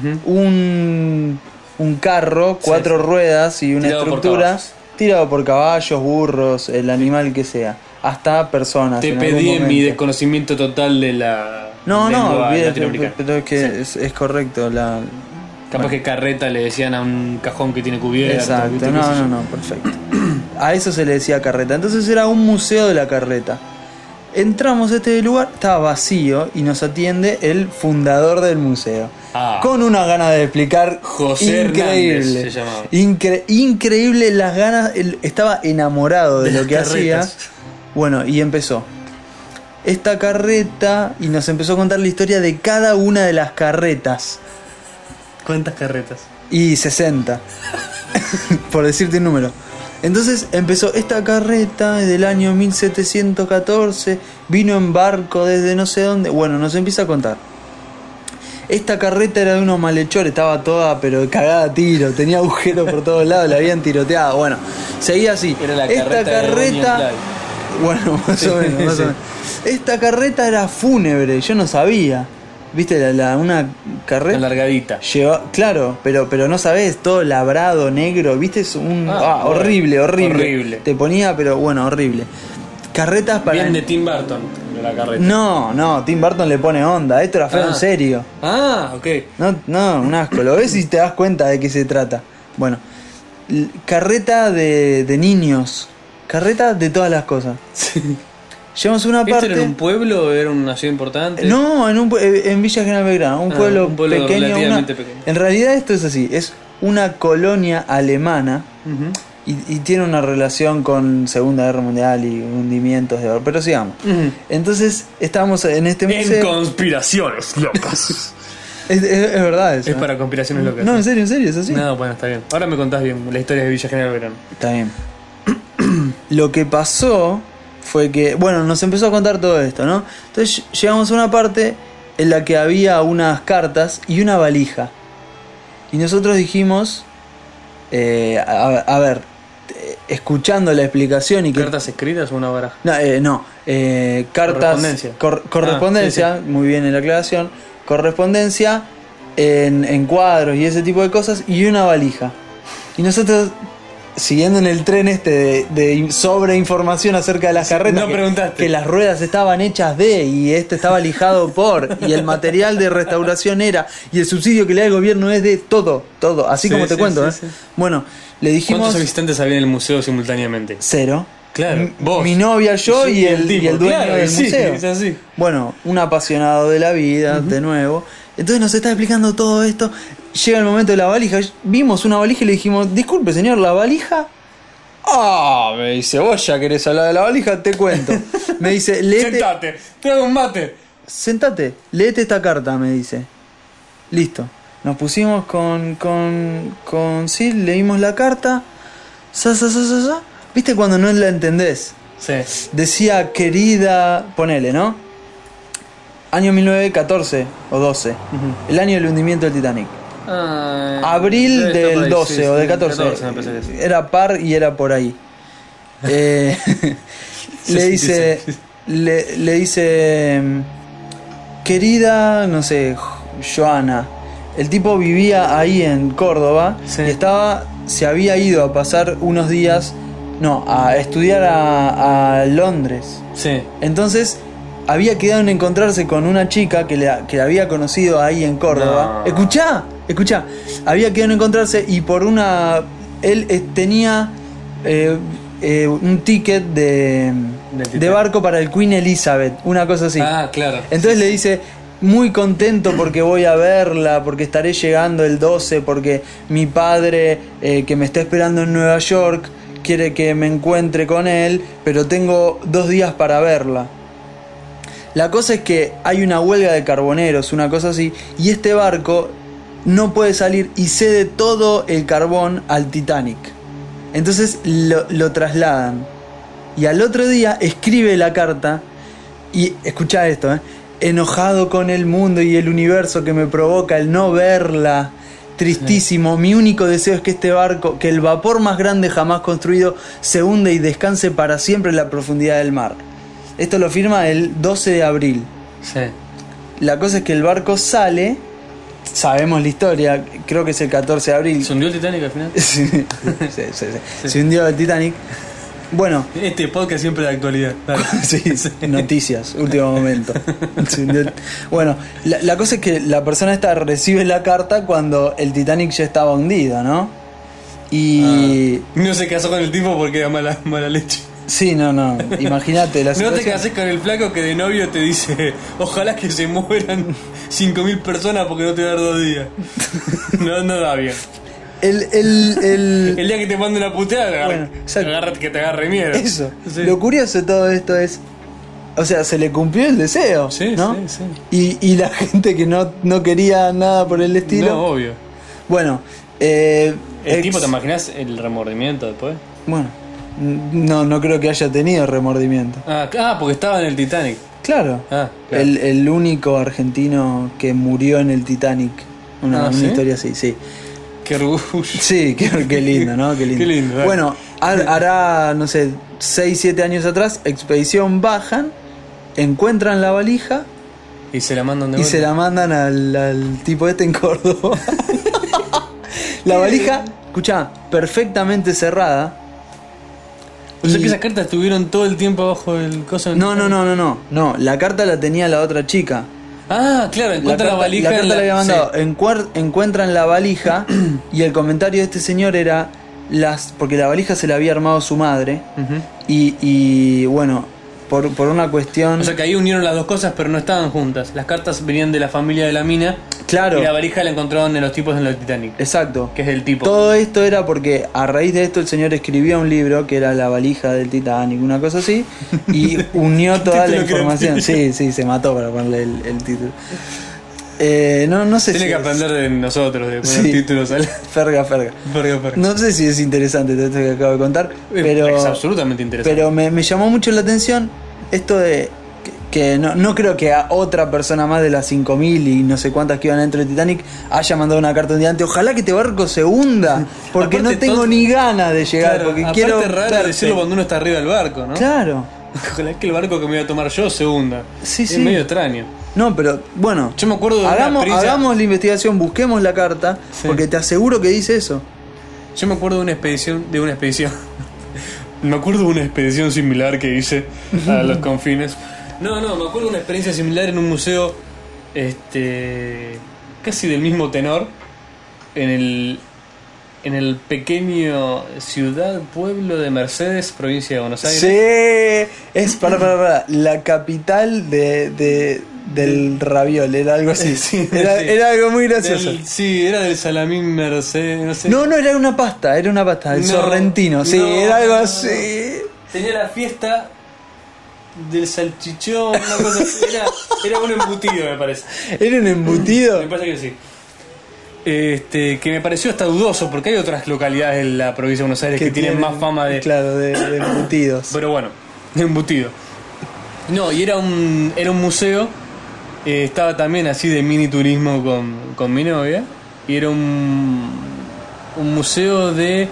Un carro, 4 ruedas y una Tirado por estructura caballos. tirado por caballos, burros, el animal que sea, hasta personas. Te en algún pedí en mi momento. desconocimiento total de la No, lengua bien, latinoamericana. pero es que es correcto Capaz que carreta le decían a un cajón que tiene cubierta. Exacto, ¿viste? ¿Qué sé yo? no, perfecto. A eso se le decía carreta. Entonces era un museo de la carreta. Entramos a este lugar, estaba vacío y nos atiende el fundador del museo. Con unas ganas de explicar José Hernández se llamaba. Increíble las ganas, él estaba enamorado de lo que hacía. Bueno, y empezó. Esta carreta y nos empezó a contar la historia de cada una de las carretas. ¿Cuántas carretas? Y 60. Por decirte un número. Entonces empezó esta carreta del año 1714, vino en barco desde no sé dónde. Bueno, nos empieza a contar. Esta carreta era de unos malhechores, estaba toda pero cagada a tiro, tenía agujeros por todos lados, la habían tiroteado. Bueno, seguía así. Era la esta carreta de Bonnie and Clyde. bueno, más o menos, más o menos. Esta carreta era fúnebre, yo no sabía. ¿Viste? Una carreta Alargadita. Claro, pero no sabés, todo labrado, negro, ¿viste? Es horrible. Te ponía, pero bueno, horrible. Carretas para... Bien de Tim Burton, la carreta. No, Tim Burton le pone onda, esto era feo en serio. Ok. No, un asco, lo ves y te das cuenta de qué se trata. Bueno, carreta de niños, carreta de todas las cosas. Llegamos a una parte... ¿Esto era en un pueblo o era una ciudad importante? No, en Villa General Belgrano, un pueblo pequeño. Relativamente pequeño. En realidad esto es así, es una colonia alemana y tiene una relación con Segunda Guerra Mundial y hundimientos de oro, pero sigamos. Entonces estamos en este museo. En conspiraciones locas. Es verdad eso. Es para conspiraciones locas. No, en serio, es así. No, bueno, está bien. Ahora me contás bien la historia de Villa General Belgrano. Está bien. Lo que pasó fue que, bueno, nos empezó a contar todo esto, ¿no? Entonces llegamos a una parte en la que había unas cartas y una valija. Y nosotros dijimos, a ver, escuchando la explicación y que... ¿Cartas escritas o una baraja? Cartas... Correspondencia. Correspondencia, Sí. Muy bien en la aclaración. Correspondencia en cuadros y ese tipo de cosas y una valija. Y nosotros... Siguiendo en el tren de sobreinformación acerca de las carretas, no preguntaste. Que las ruedas estaban hechas y estaba lijado por, y el material de restauración era, y el subsidio que le da el gobierno es de todo, así como te cuento. Sí. Bueno, le dijimos... ¿Cuántos visitantes había en el museo simultáneamente? 0. Claro, vos. Mi novia, yo y el tipo. dueño Claro, del sí, museo. es así. Bueno, un apasionado de la vida, de nuevo. Entonces nos está explicando todo esto. Llega el momento de la valija. Vimos una valija y le dijimos, disculpe señor, la valija Me dice, vos ya querés hablar de la valija, te cuento. Me dice, Sentate, te hago un mate. sentate, léete esta carta, me dice. Listo. Nos pusimos con Sil, leímos la carta. ¿Viste cuando no la entendés? Sí. Decía, querida, ponele, ¿no? Año 1914 o 12. El año del hundimiento del Titanic. Abril debe estar por del ahí, 12 sí, o del sí, 14. me parece que sí. Era par y era por ahí. Le dice, le dice, querida, no sé, Joana. El tipo vivía ahí en Córdoba, Sí. y se había ido a pasar unos días, a estudiar a Londres. Sí. Entonces había quedado en encontrarse con una chica que la había conocido ahí en Córdoba. No. Escuchá. Había quedado en encontrarse y por él tenía un ticket de Titanic. barco para el Queen Elizabeth, una cosa así. Ah, claro. Entonces le dice, muy contento porque voy a verla, porque estaré llegando el 12, porque mi padre, que me está esperando en Nueva York, quiere que me encuentre con él, pero tengo 2 días para verla. La cosa es que hay una huelga de carboneros, una cosa así, y este barco no puede salir y cede todo el carbón al Titanic. Entonces lo trasladan. Y al otro día escribe la carta y escuchá esto, enojado con el mundo y el universo que me provoca el no verla, tristísimo, mi único deseo es que este barco, que el vapor más grande jamás construido, se hunde y descanse para siempre en la profundidad del mar. Esto lo firma el 12 de abril. Sí. La cosa es que el barco sale, sabemos la historia, creo que es el 14 de abril. ¿Se hundió el Titanic al final? Sí. Se hundió el Titanic. Bueno, Este podcast siempre de actualidad. Dale. sí, noticias, último momento. Bueno, la cosa es que la persona esta recibe la carta cuando el Titanic ya estaba hundido, ¿no? Y... No se casó con el tipo porque era mala leche. Sí, no, imagínate la No situación. te cases con el flaco que de novio te dice, ojalá que se mueran 5.000 personas porque no te va a dar 2 días. No da bien. El día que te mande una puteada, Bueno, exacto. que te agarre miedo. Eso. Sí. Lo curioso de todo esto es, o sea, se le cumplió el deseo, Sí, ¿no? sí. Y la gente que no quería nada por el estilo. No, obvio. Bueno, El tipo, ¿te imaginas el remordimiento después? Bueno, no creo que haya tenido remordimiento. Porque estaba en el Titanic. Claro. Claro. El único argentino que murió en el Titanic. Una ¿sí? historia así, sí. Qué orgullo. Sí, qué lindo, ¿no? Qué lindo. Qué lindo, dale. Bueno, hará, no sé, 6-7 años atrás, expedición bajan, encuentran la valija Y se la mandan de y vuelta. se la mandan al tipo este en Córdoba. La valija, escuchá, perfectamente cerrada. O sea Y- que esas cartas estuvieron todo el tiempo abajo del coso del No, Titanic. no, la carta la tenía la otra chica. Ah, claro, encuentra la valija. La en carta le había mandado. Sí. Encuentran la valija y el comentario de este señor era porque la valija se la había armado su madre. Ujú. Y bueno, por una cuestión. O sea que ahí unieron las dos cosas, pero no estaban juntas. Las cartas venían de la familia de la mina. Claro. Y la valija la encontraron en los tipos en el Titanic. Exacto. Que es del tipo. Todo esto era porque a raíz de esto el señor escribió un libro que era La valija del Titanic, una cosa así, y unió toda la título información. creativo. Sí, se mató para ponerle el título. No sé Tiene si que es- aprender de nosotros, de poner Sí. títulos al. Ferga. Perga. No sé si es interesante todo esto que acabo de contar, pero Es absolutamente interesante. Pero me llamó mucho la atención esto de que no creo que a otra persona más de las 5.000 y no sé cuántas que iban dentro del Titanic haya mandado una carta un día antes. Ojalá que este barco se hunda, porque Aparte no tengo todo- ni ganas de llegar, Claro, porque aparte quiero es raro verte. decirlo cuando uno está arriba del barco, ¿no? Claro. Ojalá que el barco que me voy a tomar yo se hunda. Sí, es sí. medio extraño. No, pero bueno, Yo me acuerdo de una experiencia- hagamos la investigación, busquemos la carta, Sí. porque te aseguro que dice eso. Yo me acuerdo de una expedición. Me acuerdo de una expedición similar que hice a los confines. No, me acuerdo de una experiencia similar en un museo casi del mismo tenor en el pequeño pueblo de Mercedes, provincia de Buenos Aires. Sí, es para la capital de del raviol, era algo así. Sí, era, sí. era algo muy gracioso. Sí, era del salamín Mercedes, no sé. No, era una pasta, el No, sorrentino, sí, no, era algo no, no. así. Tenía la fiesta del salchichón, una cosa así. Era un embutido, me parece. ¿Era un embutido? Me parece que sí. Que me pareció hasta dudoso, porque hay otras localidades en la provincia de Buenos Aires que tienen más fama de. Claro, de embutidos. Pero bueno, embutido. No, y era un museo. Estaba también así de mini turismo con mi novia. Y era un museo de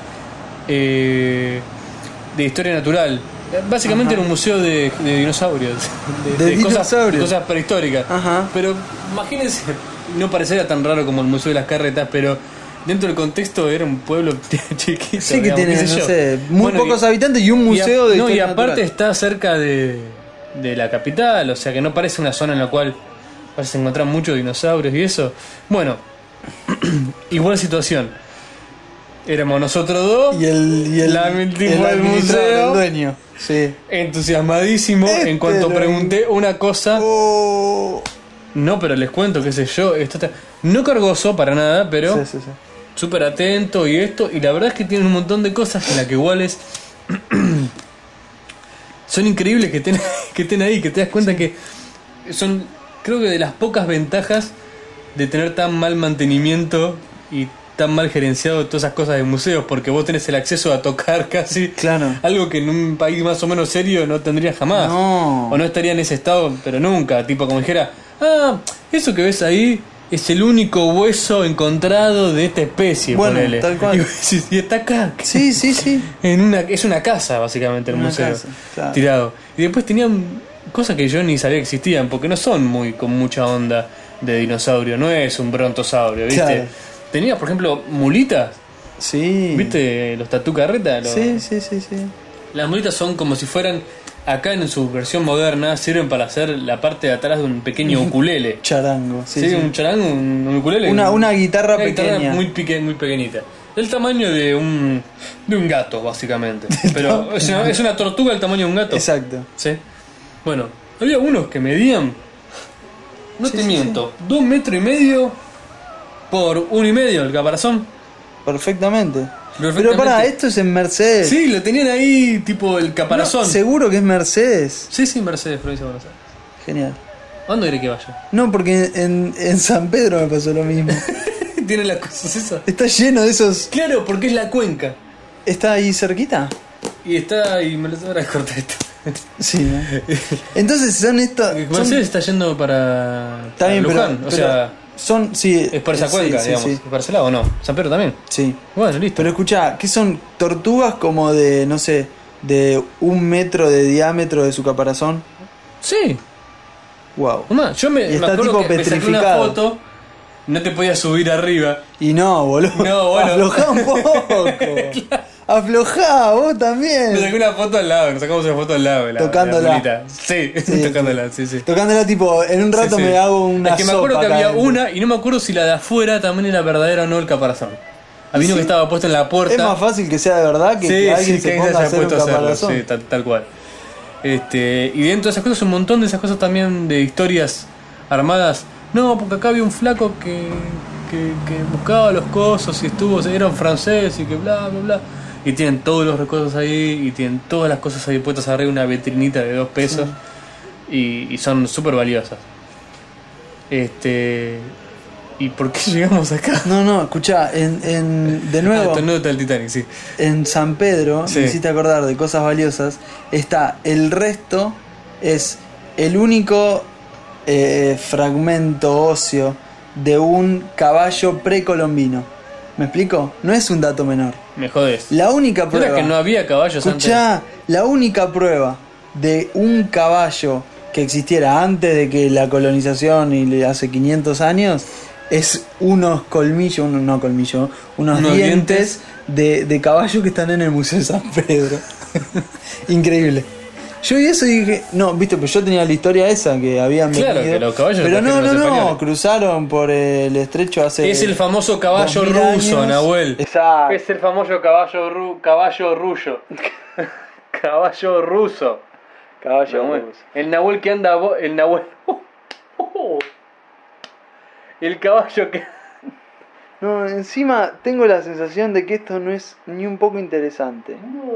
historia natural. Básicamente era un museo de dinosaurios. ¿De dinosaurios? Cosas prehistóricas. Ajá. Pero imagínense, no parecería tan raro como el Museo de las Carretas, pero dentro del contexto era un pueblo chiquito. Sí, que digamos, tiene, qué sé no yo. sé, muy Bueno, pocos habitantes y un museo de no, y historia aparte natural. está cerca de la capital, o sea que no parece una zona en la cual vas a encontrar muchos dinosaurios y eso. Bueno, igual situación. Éramos nosotros dos Y el tipo del administrador, museo, el dueño. Sí. entusiasmadísimo. En cuanto lo- pregunté una cosa, Oh. no, pero les cuento, qué sé yo, no cargoso para nada, pero Sí. súper atento y esto, y la verdad es que tienen un montón de cosas en las que iguales son increíbles que estén ahí, que te das cuenta que son, creo que de las pocas ventajas de tener tan mal mantenimiento y tan mal gerenciado todas esas cosas de museos, porque vos tenés el acceso a tocar casi Claro. algo que en un país más o menos serio no tendrías jamás, No. o no estaría en ese estado, pero nunca, tipo como dijera, eso que ves ahí es el único hueso encontrado de esta especie, Bueno, ponele. tal cual. Y vos decís, y está acá. Sí. Es una casa, básicamente, el Una museo. casa, claro. Tirado. Y después tenían cosas que yo ni sabía que existían, porque no son con mucha onda de dinosaurio. No es un brontosaurio, ¿viste? Claro. Tenía, por ejemplo, mulitas. Sí. ¿Viste? Los tatú carreta. Sí. Las mulitas son como si fueran, acá en su versión moderna, sirven para hacer la parte de atrás de un pequeño ukulele. Charango. Sí. Un charango, un ukulele. Una guitarra Una guitarra pequeña. muy pequeñita. Del tamaño de un gato, básicamente. Pero es una tortuga del tamaño de un gato. Exacto. Sí. Bueno, había unos que medían, no Sí, te sí, miento, 2,5 metros por 1,5 el caparazón. Perfectamente. Pero Perfectamente. pará, esto es en Mercedes. Sí, lo tenían ahí, tipo el caparazón. No, seguro que es Mercedes. Sí, Mercedes, provincia de Buenos Aires. Genial. ¿A dónde cree que vaya? No, porque en San Pedro me pasó lo mismo. Tiene las cosas esas. Está lleno de esos. Claro, porque es la cuenca. ¿Está ahí cerquita? Y está, y me lo sabrá cortar esto. Sí, ¿no? Entonces son estos. Mercedes está yendo para, Está bien, Luján, pero o sea, son. Sí, es por esa cuenca, sí, digamos. Sí, ¿Es para ese lado o no? ¿San Pedro también? sí. Bueno, listo. Pero escuchá, ¿qué son tortugas como de, no sé, de 1 metro de diámetro de su caparazón? Sí. Wow. Mamá, yo me Y está acuerdo tipo que me saqué una petrificado. foto, no te podías subir arriba. Y no, boludo. No, bueno. Aflojá un poco. Aflojá, vos Me también. saqué una foto al lado, nos sacamos una foto al lado de la Tocándola. mulita. Sí, Sí, tocándola, sí. Tocándola tipo, en un rato Sí, sí. me hago una Es que me acuerdo sopa que acá había adentro. una y no me acuerdo si la de afuera también era verdadera o no el caparazón. Había uno que estaba puesto en la puerta. Es más fácil que sea de verdad que, que alguien se que ponga a haya hacer un puesto a hacerlo, caparazón. sí, tal cual. Y dentro de esas cosas, un montón de esas cosas también de historias armadas. No, porque acá había un flaco que buscaba los cosos y era un francés y que bla, bla, bla. Y tienen todos los recursos ahí y tienen todas las cosas ahí puestas arriba, una vitrinita de 2 pesos. Y son súper valiosas. ¿Y por qué llegamos acá? No, escuchá, de nuevo, tu nota del Titanic, sí. en San Pedro, Sí. me hiciste acordar de cosas valiosas, está el resto, es el único fragmento óseo de un caballo precolombino. ¿Me explico? No es un dato menor. Me jodés. La única ¿No prueba. era que no había caballos antes? Escuchá, la única prueba de un caballo que existiera antes de que la colonización y hace 500 años es unos colmillos, unos dientes de caballo que están en el Museo de San Pedro. Increíble. Yo vi eso y dije, no, viste, pues yo tenía la historia esa que habían Claro, venido. que los caballos pero los trajeron los españoles. cruzaron por el estrecho hace. Es el famoso caballo 2000 ruso, años. Nahuel. Exacto. Es el famoso caballo rullo. Caballo ruso. Caballo Nahuel. ruso. El Nahuel que anda. El Nahuel. El caballo que... No, encima tengo la sensación de que esto no es ni un poco interesante.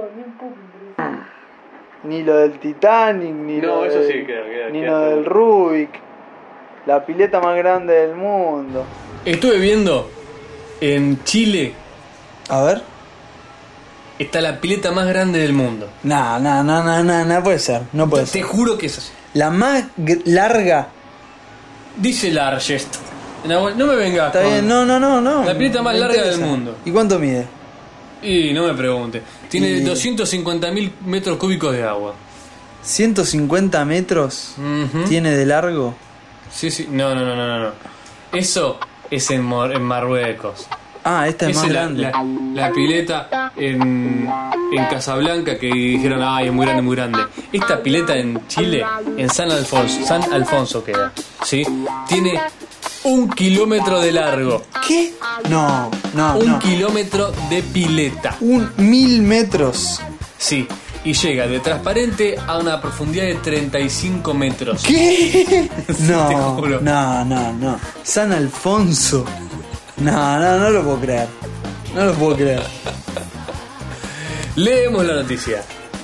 Ni lo del Titanic, ni No, lo eso del, sí, queda ni lo del Rubik. La pileta más grande del mundo. Estuve viendo en Chile, A ver. está la pileta más grande del mundo. No puede ser. No puede Te ser. juro que es así. La más larga. Dice largest. No me vengas Está con... bien, no. La pileta más Me larga interesa. del mundo. ¿Y cuánto mide? Y no me pregunte. Tiene Y- 250.000 metros cúbicos de agua. 150 metros Ujú. tiene de largo. Sí. No. Eso es en Marruecos. Ah, esta es Esa más es grande. la pileta en Casablanca que dijeron, ay, es muy grande. Esta pileta en Chile, en San Alfonso queda, ¿sí? Tiene 1 kilómetro de largo. ¿Qué? No. 1 kilómetro de pileta. 1000 metros. Sí. Y llega de transparente a una profundidad de 35 metros. ¿Qué? Te juro. No. San Alfonso. No lo puedo creer. No lo puedo creer. Leemos la noticia.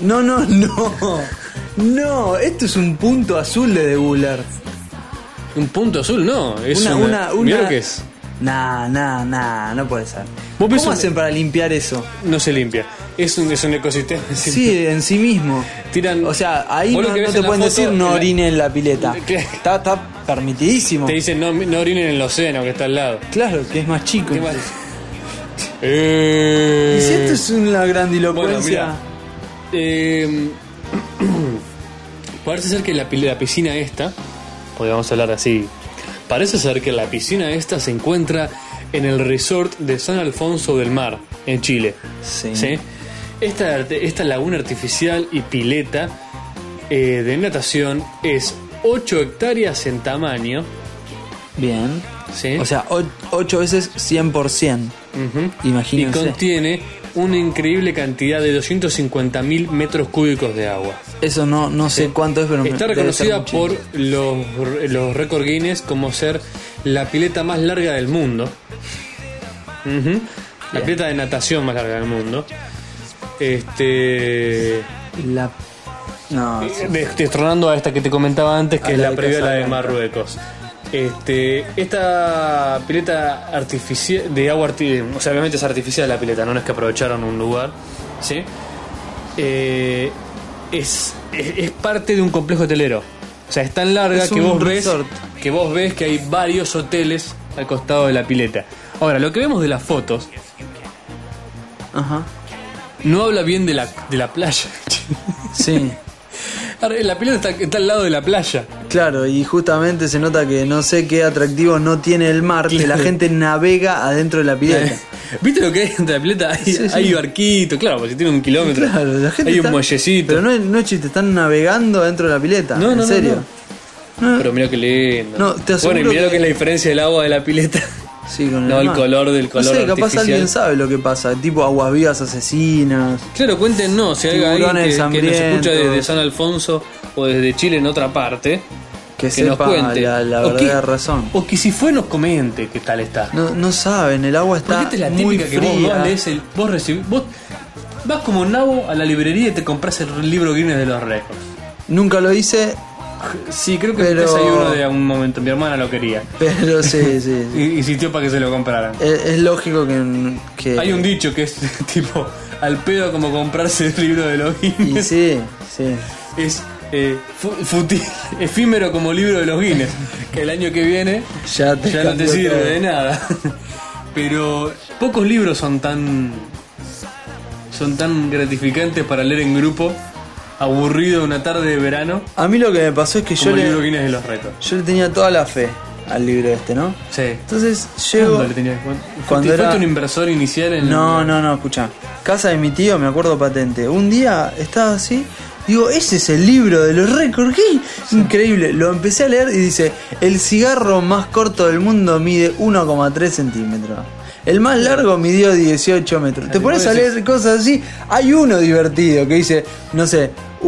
No, esto es un punto azul de Buller. Un punto azul, no. Es Una- Mirá lo que es. No puede ser. ¿Vos ves ¿Cómo un- hacen para limpiar eso? No se limpia. Es un ecosistema. Sí, en sí mismo. Tiran- O sea, ahí Vos no, lo que no ves te en la pueden foto, decir no en la- orinen en la pileta. ¿Qué? Está permitidísimo. Te dicen no orinen en el océano que está al lado. Claro, que es más chico. ¿Qué más? Y si esto es una Bueno, grandilocuencia. mira. Parece ser que la piscina esta, podríamos hablar así, parece ser que la piscina esta se encuentra en el resort de San Alfonso del Mar, en Chile. Sí. ¿Sí? Esta laguna artificial y pileta de natación es 8 hectáreas en tamaño. Bien. ¿Sí? O sea, 8 veces 100%. Ujú. Imagínense. Y contiene una increíble cantidad de 250.000 metros cúbicos de agua. Eso no sé cuánto es, pero Está debe reconocida ser muchísimo. por los récord Guinness como ser la pileta más larga del mundo. Ujú. La Bien. pileta de natación más larga del mundo. La... No, sí. Destronando a esta que te comentaba antes, que A es la la de previa a la de Casablanca. Marruecos. Esta pileta artificial de agua, o sea, obviamente es artificial la pileta, no es que aprovecharon un lugar, ¿sí? Es parte de un complejo hotelero. O sea, es tan larga Es que un vos resort. ves que hay varios hoteles al costado de la pileta. Ahora, lo que vemos de las fotos Ajá. no habla bien de la playa. Sí. Ahora, la pileta está al lado de la playa. Claro, y justamente se nota que no sé qué atractivo no tiene el mar, que la gente navega adentro de la pileta. ¿Viste lo que hay dentro de la pileta? Sí. Hay barquitos, claro, porque si tiene 1 kilómetro. Claro, la gente hay un está- muellecito. Pero no es chiste, están navegando dentro de la pileta. No, en serio. Pero mira qué lindo. No, te aseguro bueno, y mira que- lo que es la diferencia del agua de la pileta. Sí, con No, el mar. color del color No sé, capaz artificial. alguien sabe lo que pasa. Tipo aguas vivas asesinas. Claro, cuéntenos si hay alguien Tiburones que nos escucha hambrientos. desde San Alfonso o desde Chile en otra parte. Que nos sepa cuente. la O que- verdadera razón. O que si fue nos comente qué tal está. No saben, el agua está Porque esta es la muy típica que fría. vos lees vos vas como nabo a la librería y te compras el libro Guinness de los récords. Nunca lo hice, Sí, creo que Pero- hay uno de un momento. Mi hermana lo quería. pero sí. Y insistió para que se lo compraran. Es lógico que Hay un dicho que es tipo al pedo como comprarse el libro de los Y Guinness. sí. Es efímero como libro de los Guinness. Que el año que viene Ya te no te cambió sirve todo. de nada. Pero pocos libros son tan gratificantes para leer en grupo, aburrido una tarde de verano, A mí lo que me pasó es que como yo el libro le, Guinness de los récords. yo le tenía toda la fe al libro este, ¿no? Sí. Entonces llego... ¿Cuándo le tenías? Cuando ¿Fuiste era- un inversor inicial en No, escuchá. Casa de mi tío, me acuerdo patente. Un día estaba así, digo, ese es el libro de los récords, ¿qué? Increíble. Lo empecé a leer y dice, el cigarro más corto del mundo mide 1,3 centímetros. El más largo midió 18 metros. Te pones a leer cosas así. Hay uno divertido que dice, no sé,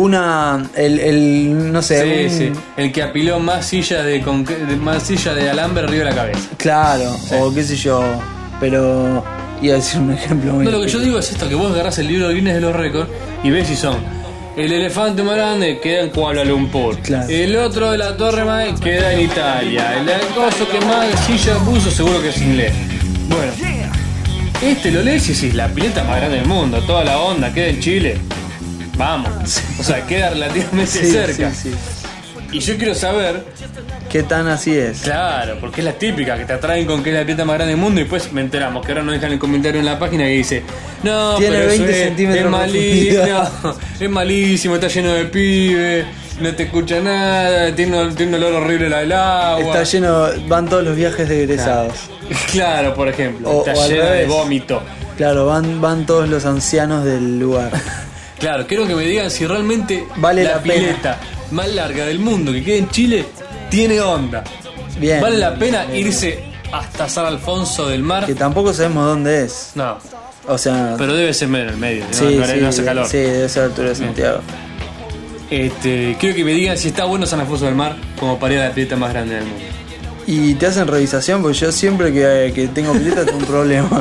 no sé. Sí. El que apiló más sillas más sillas de alambre arriba de la cabeza. Claro, sí. O qué sé yo. Pero iba a decir un ejemplo muy. No, lo que yo digo es esto, que vos agarrás el libro de Guinness de los récords y ves si son. El elefante más grande queda en Kuala Lumpur. Claro. El otro de la Torre Mai queda en Italia. El coso que más silla puso seguro que es inglés. Bueno, lo lees y decís, la pileta más grande del mundo, toda la onda, queda en Chile. Vamos. O sea, queda relativamente cerca. Sí. Y yo quiero saber qué tan así es. Claro, porque es la típica, que te atraen con que es la pileta más grande del mundo y después me enteramos que ahora nos dejan el comentario en la página que dice, no, tiene pero 20 eso centímetros es malísimo, es malísimo, está lleno de pibes, no te escucha nada, tiene un olor horrible el agua. Está lleno, van todos los viajes de egresados. Claro, por ejemplo, O está lleno de revés. vómito. Claro, van todos los ancianos del lugar. Claro, quiero que me digan si realmente vale la la pena. pileta más larga del mundo que queda en Chile tiene onda. Bien. ¿Vale la pena irse hasta San Alfonso del Mar? Que tampoco sabemos dónde es. No, O sea, pero debe ser medio en el medio, sí, no hace calor. Sí, debe ser a la altura de Santiago. Quiero que me digan si está bueno San Alfonso del Mar como para ir a la pileta más grande del mundo. Y te hacen revisación porque yo siempre que tengo pileta tengo un problema.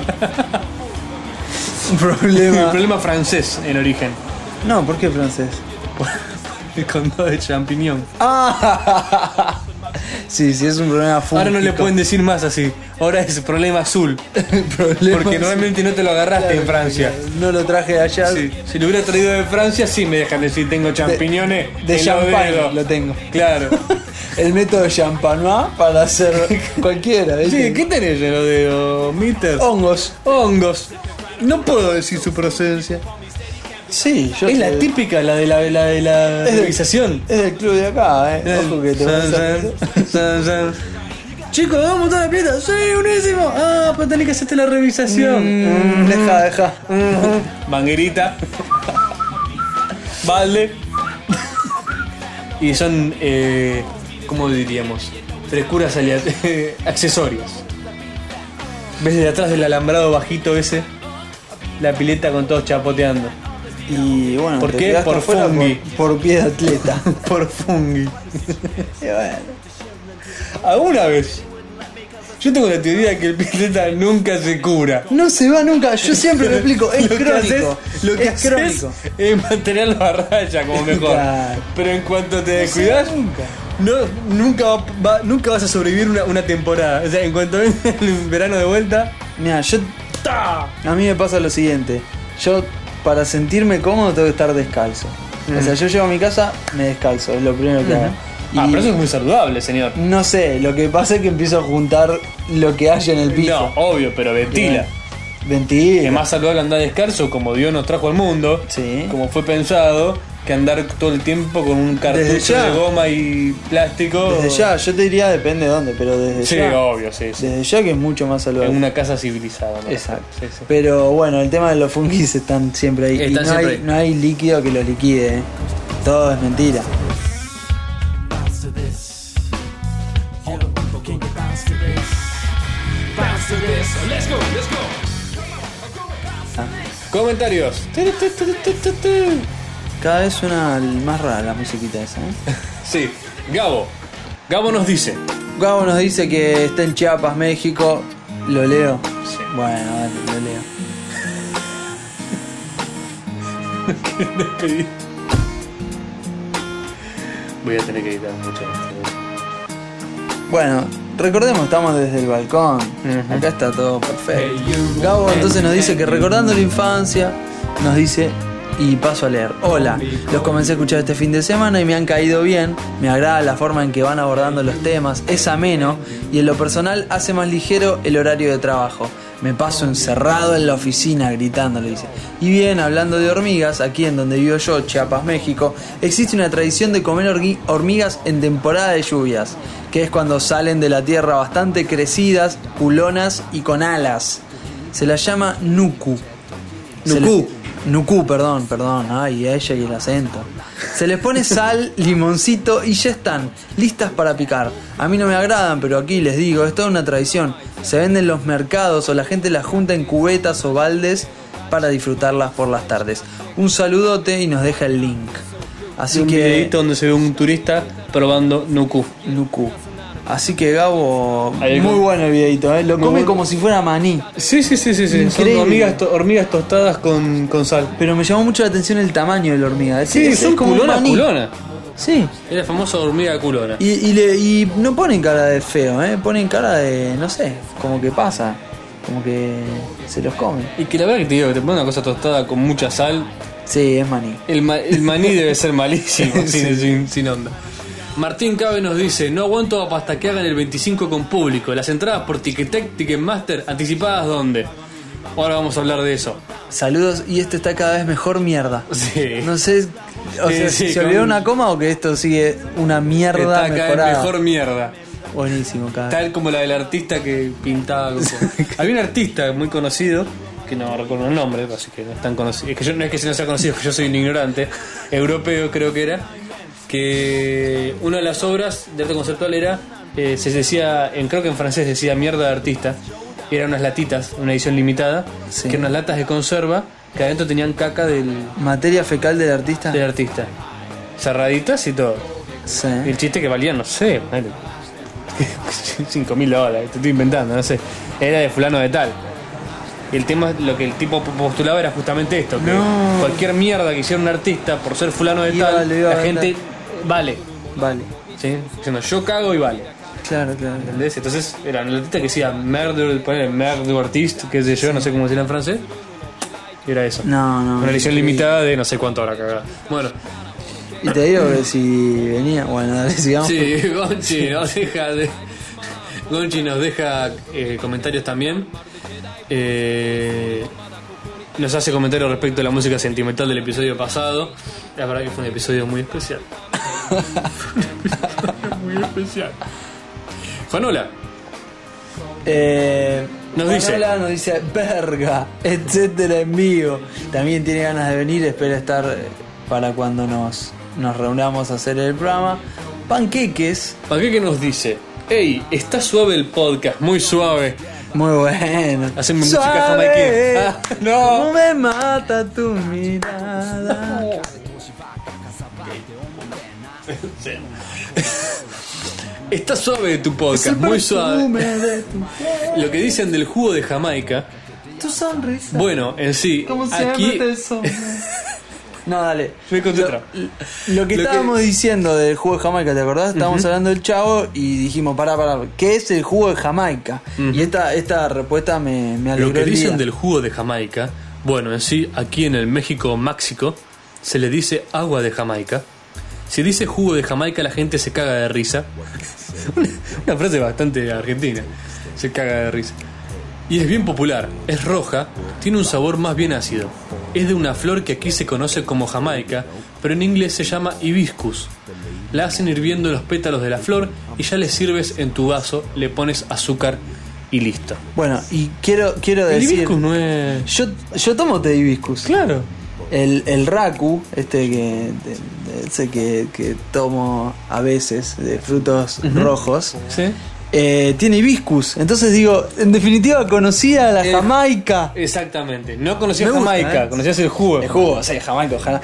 Un problema. Un problema francés en origen. No, ¿por qué francés? El condado de champiñón. Ah, sí, es un problema fúngico. Ahora no le pueden decir más así. Ahora es problema azul. Problema Porque normalmente no te lo agarraste en Francia. No lo traje de allá. Sí. Si lo hubiera traído de Francia, sí me dejan decir tengo champiñones De en los champán dedos. lo tengo. Claro. El método champanois para hacer cualquiera. ¿viste? Sí, ¿qué tenés en los dedos, mister? Hongos. Hongos. No puedo decir su procedencia. Sí, yo Es la te- típica, la de la Es revisación. Es del club de acá, Ojo que te vas a... Chicos, ¿vamos a la pileta? Sí, buenísimo. Ah, pues tenés que hacerte la revisación. Deja. Manguerita. Balde. Y son, ¿cómo diríamos? Frescuras accesorias. ¿Ves desde atrás del alambrado bajito ese? La pileta con todos chapoteando. Y bueno, ¿Por te qué? quedaste Por afuera fungi. por pie de atleta. Por fungi. Y bueno. ¿Alguna vez? Yo tengo la teoría que el pileta nunca se cura. No se va nunca, yo siempre lo explico, es Lo que crónico. lo que es haces crónico. es mantenerlo a raya como mejor. Claro. Pero en cuanto te descuidas, nunca vas a sobrevivir una temporada. O sea, en cuanto venga el verano de vuelta, Mira, a mí me pasa lo siguiente. Yo, para sentirme cómodo, tengo que estar descalzo. O sea, yo llego a mi casa, me descalzo, es lo primero que hago. pero eso es muy saludable, señor. No sé, lo que pasa es que empiezo a juntar lo que haya en el piso. No, obvio, pero ventila. Ventila. Es más saludable andar descalzo como Dios nos trajo al mundo, Sí. como fue pensado, que andar todo el tiempo con un cartucho Desde ya. de goma y plástico. Desde ya, yo te diría depende de dónde, pero desde Sí, ya. obvio, sí. Desde ya que es mucho más saludable. En una casa civilizada, ¿no? Exacto. Sí, sí. Pero bueno, el tema de los fungis están siempre ahí. Están y no siempre hay, ahí. no hay líquido que los liquide. Todo es mentira. Bounce to this. All the people can get bounce to this. Bounce to this. Let's go, let's go. Comentarios. Cada vez suena más rara la musiquita esa, Sí, Gabo. Gabo nos dice. Gabo nos dice que está en Chiapas, México. ¿Lo leo? Sí. Bueno, dale, lo leo. Voy a tener que editar mucho esto. Bueno, recordemos, estamos desde el balcón. Acá está todo perfecto. Gabo entonces nos dice que recordando la infancia, nos dice, y paso a leer. Hola, los comencé a escuchar este fin de semana y me han caído bien. Me agrada la forma en que van abordando los temas, es ameno y en lo personal hace más ligero el horario de trabajo. Me paso encerrado en la oficina gritando, le dice. Y bien, hablando de hormigas, aquí en donde vivo yo, Chiapas, México, existe una tradición de comer hormigas en temporada de lluvias, que es cuando salen de la tierra bastante crecidas, culonas y con alas. Se las llama nuku. Nuku. Nucú, perdón, ay, a ella y el acento. Se les pone sal, limoncito y ya están, listas para picar. A mí no me agradan, pero aquí les digo, es toda una tradición. Se venden en los mercados o la gente las junta en cubetas o baldes para disfrutarlas por las tardes. Un saludote y nos deja el link. Así un que videito donde se ve un turista probando nuku. Nucú. Así que Gabo, Ahí muy con- bueno el videito, lo Muy come bueno. como si fuera maní. Sí. Son Increíble. hormigas tostadas con sal. Pero me llamó mucho la atención el tamaño de la hormiga. Sí, son como un culona. maní. Sí. Es la famosa hormiga culona. Y no ponen cara de feo, ponen cara de, no sé, como que pasa, como que se los comen. Y que la verdad que te digo, que te ponen una cosa tostada con mucha sal. Sí, es maní. El maní debe ser malísimo, sin onda. Martín Cabe nos dice: no aguanto hasta que hagan el 25 con público. Las entradas por Ticketek, Ticketmaster, anticipadas ¿dónde? Ahora vamos a hablar de eso. Saludos, y este está cada vez mejor mierda. Sí. No sé, o sea, Sí, ¿se olvidó con- una coma o que esto sigue una mierda Está cada vez mejorada? mejor mierda. Buenísimo, cada vez. Tal como la del artista que pintaba. Había un artista muy conocido, que no recuerdo el nombre, así que no es tan conocido. Es que yo no es que no sea conocido, es que yo soy un ignorante. Europeo creo que era. Que una de las obras de arte conceptual era, se decía, creo que en francés decía mierda de artista. Eran unas latitas, una edición limitada, Sí. que eran unas latas de conserva que adentro tenían caca del Materia fecal del artista. artista. Cerraditas y todo. Sí. Y el chiste que valía, no sé, $5.000, te estoy inventando, no sé. Era de fulano de tal. Y el tema, lo que el tipo postulaba era justamente esto, que No. cualquier mierda que hiciera un artista por ser fulano de Iba, tal, lo iba a la vender. gente vale. Vale. ¿Sí? Diciendo yo cago y vale. Claro. ¿Entendés? Entonces era una artista que decía merde artiste, qué sé yo, no sé cómo decirlo en francés. Y era eso. No. Una edición limitada de no sé cuánto habrá cagado. Bueno, Y te digo que si venía, bueno, dale, sigamos. sí, Gonchi nos deja comentarios también. Nos hace comentarios respecto a la música sentimental del episodio pasado. La verdad que fue un episodio muy especial. Muy especial. Juanola, Nos dice. Juanola nos dice verga, etcétera, en vivo. También tiene ganas de venir, espera estar para cuando nos reunamos a hacer el programa. Panqueques, Panqueque nos dice: hey, está suave el podcast, muy suave. muy bueno. Haceme música Suave, jamaiquina. No. cómo me mata tu mirada. Está suave tu podcast, muy suave. Perfume de tu, Lo que dicen del jugo de Jamaica, tu sonrisa. bueno, en sí, Como aquí siempre te sombra. No, dale. me concentra. Lo que Lo estábamos diciendo del jugo de Jamaica, ¿te acordás? Estábamos hablando del chavo y dijimos, pará, ¿qué es el jugo de Jamaica? Y esta respuesta me alegró Lo que el dicen día. del jugo de Jamaica, bueno, en sí, aquí en el México Máxico, se le dice agua de Jamaica. Si dice jugo de Jamaica, la gente se caga de risa. Una frase bastante argentina. Se caga de risa. Y es bien popular, es roja, tiene un sabor más bien ácido. Es de una flor que aquí se conoce como Jamaica, pero en inglés se llama hibiscus. La hacen hirviendo los pétalos de la flor y ya le sirves en tu vaso, le pones azúcar y listo. Bueno, y quiero El decir... hibiscus no es... Yo tomo té de hibiscus. Claro. El raku, ese que tomo a veces, de frutos rojos, ¿Sí? tiene hibiscus. Entonces digo, en definitiva conocía la Jamaica. Exactamente. No conocías Me gusta, Jamaica, conocías el jugo. El jugo, sí, Jamaica, ojalá.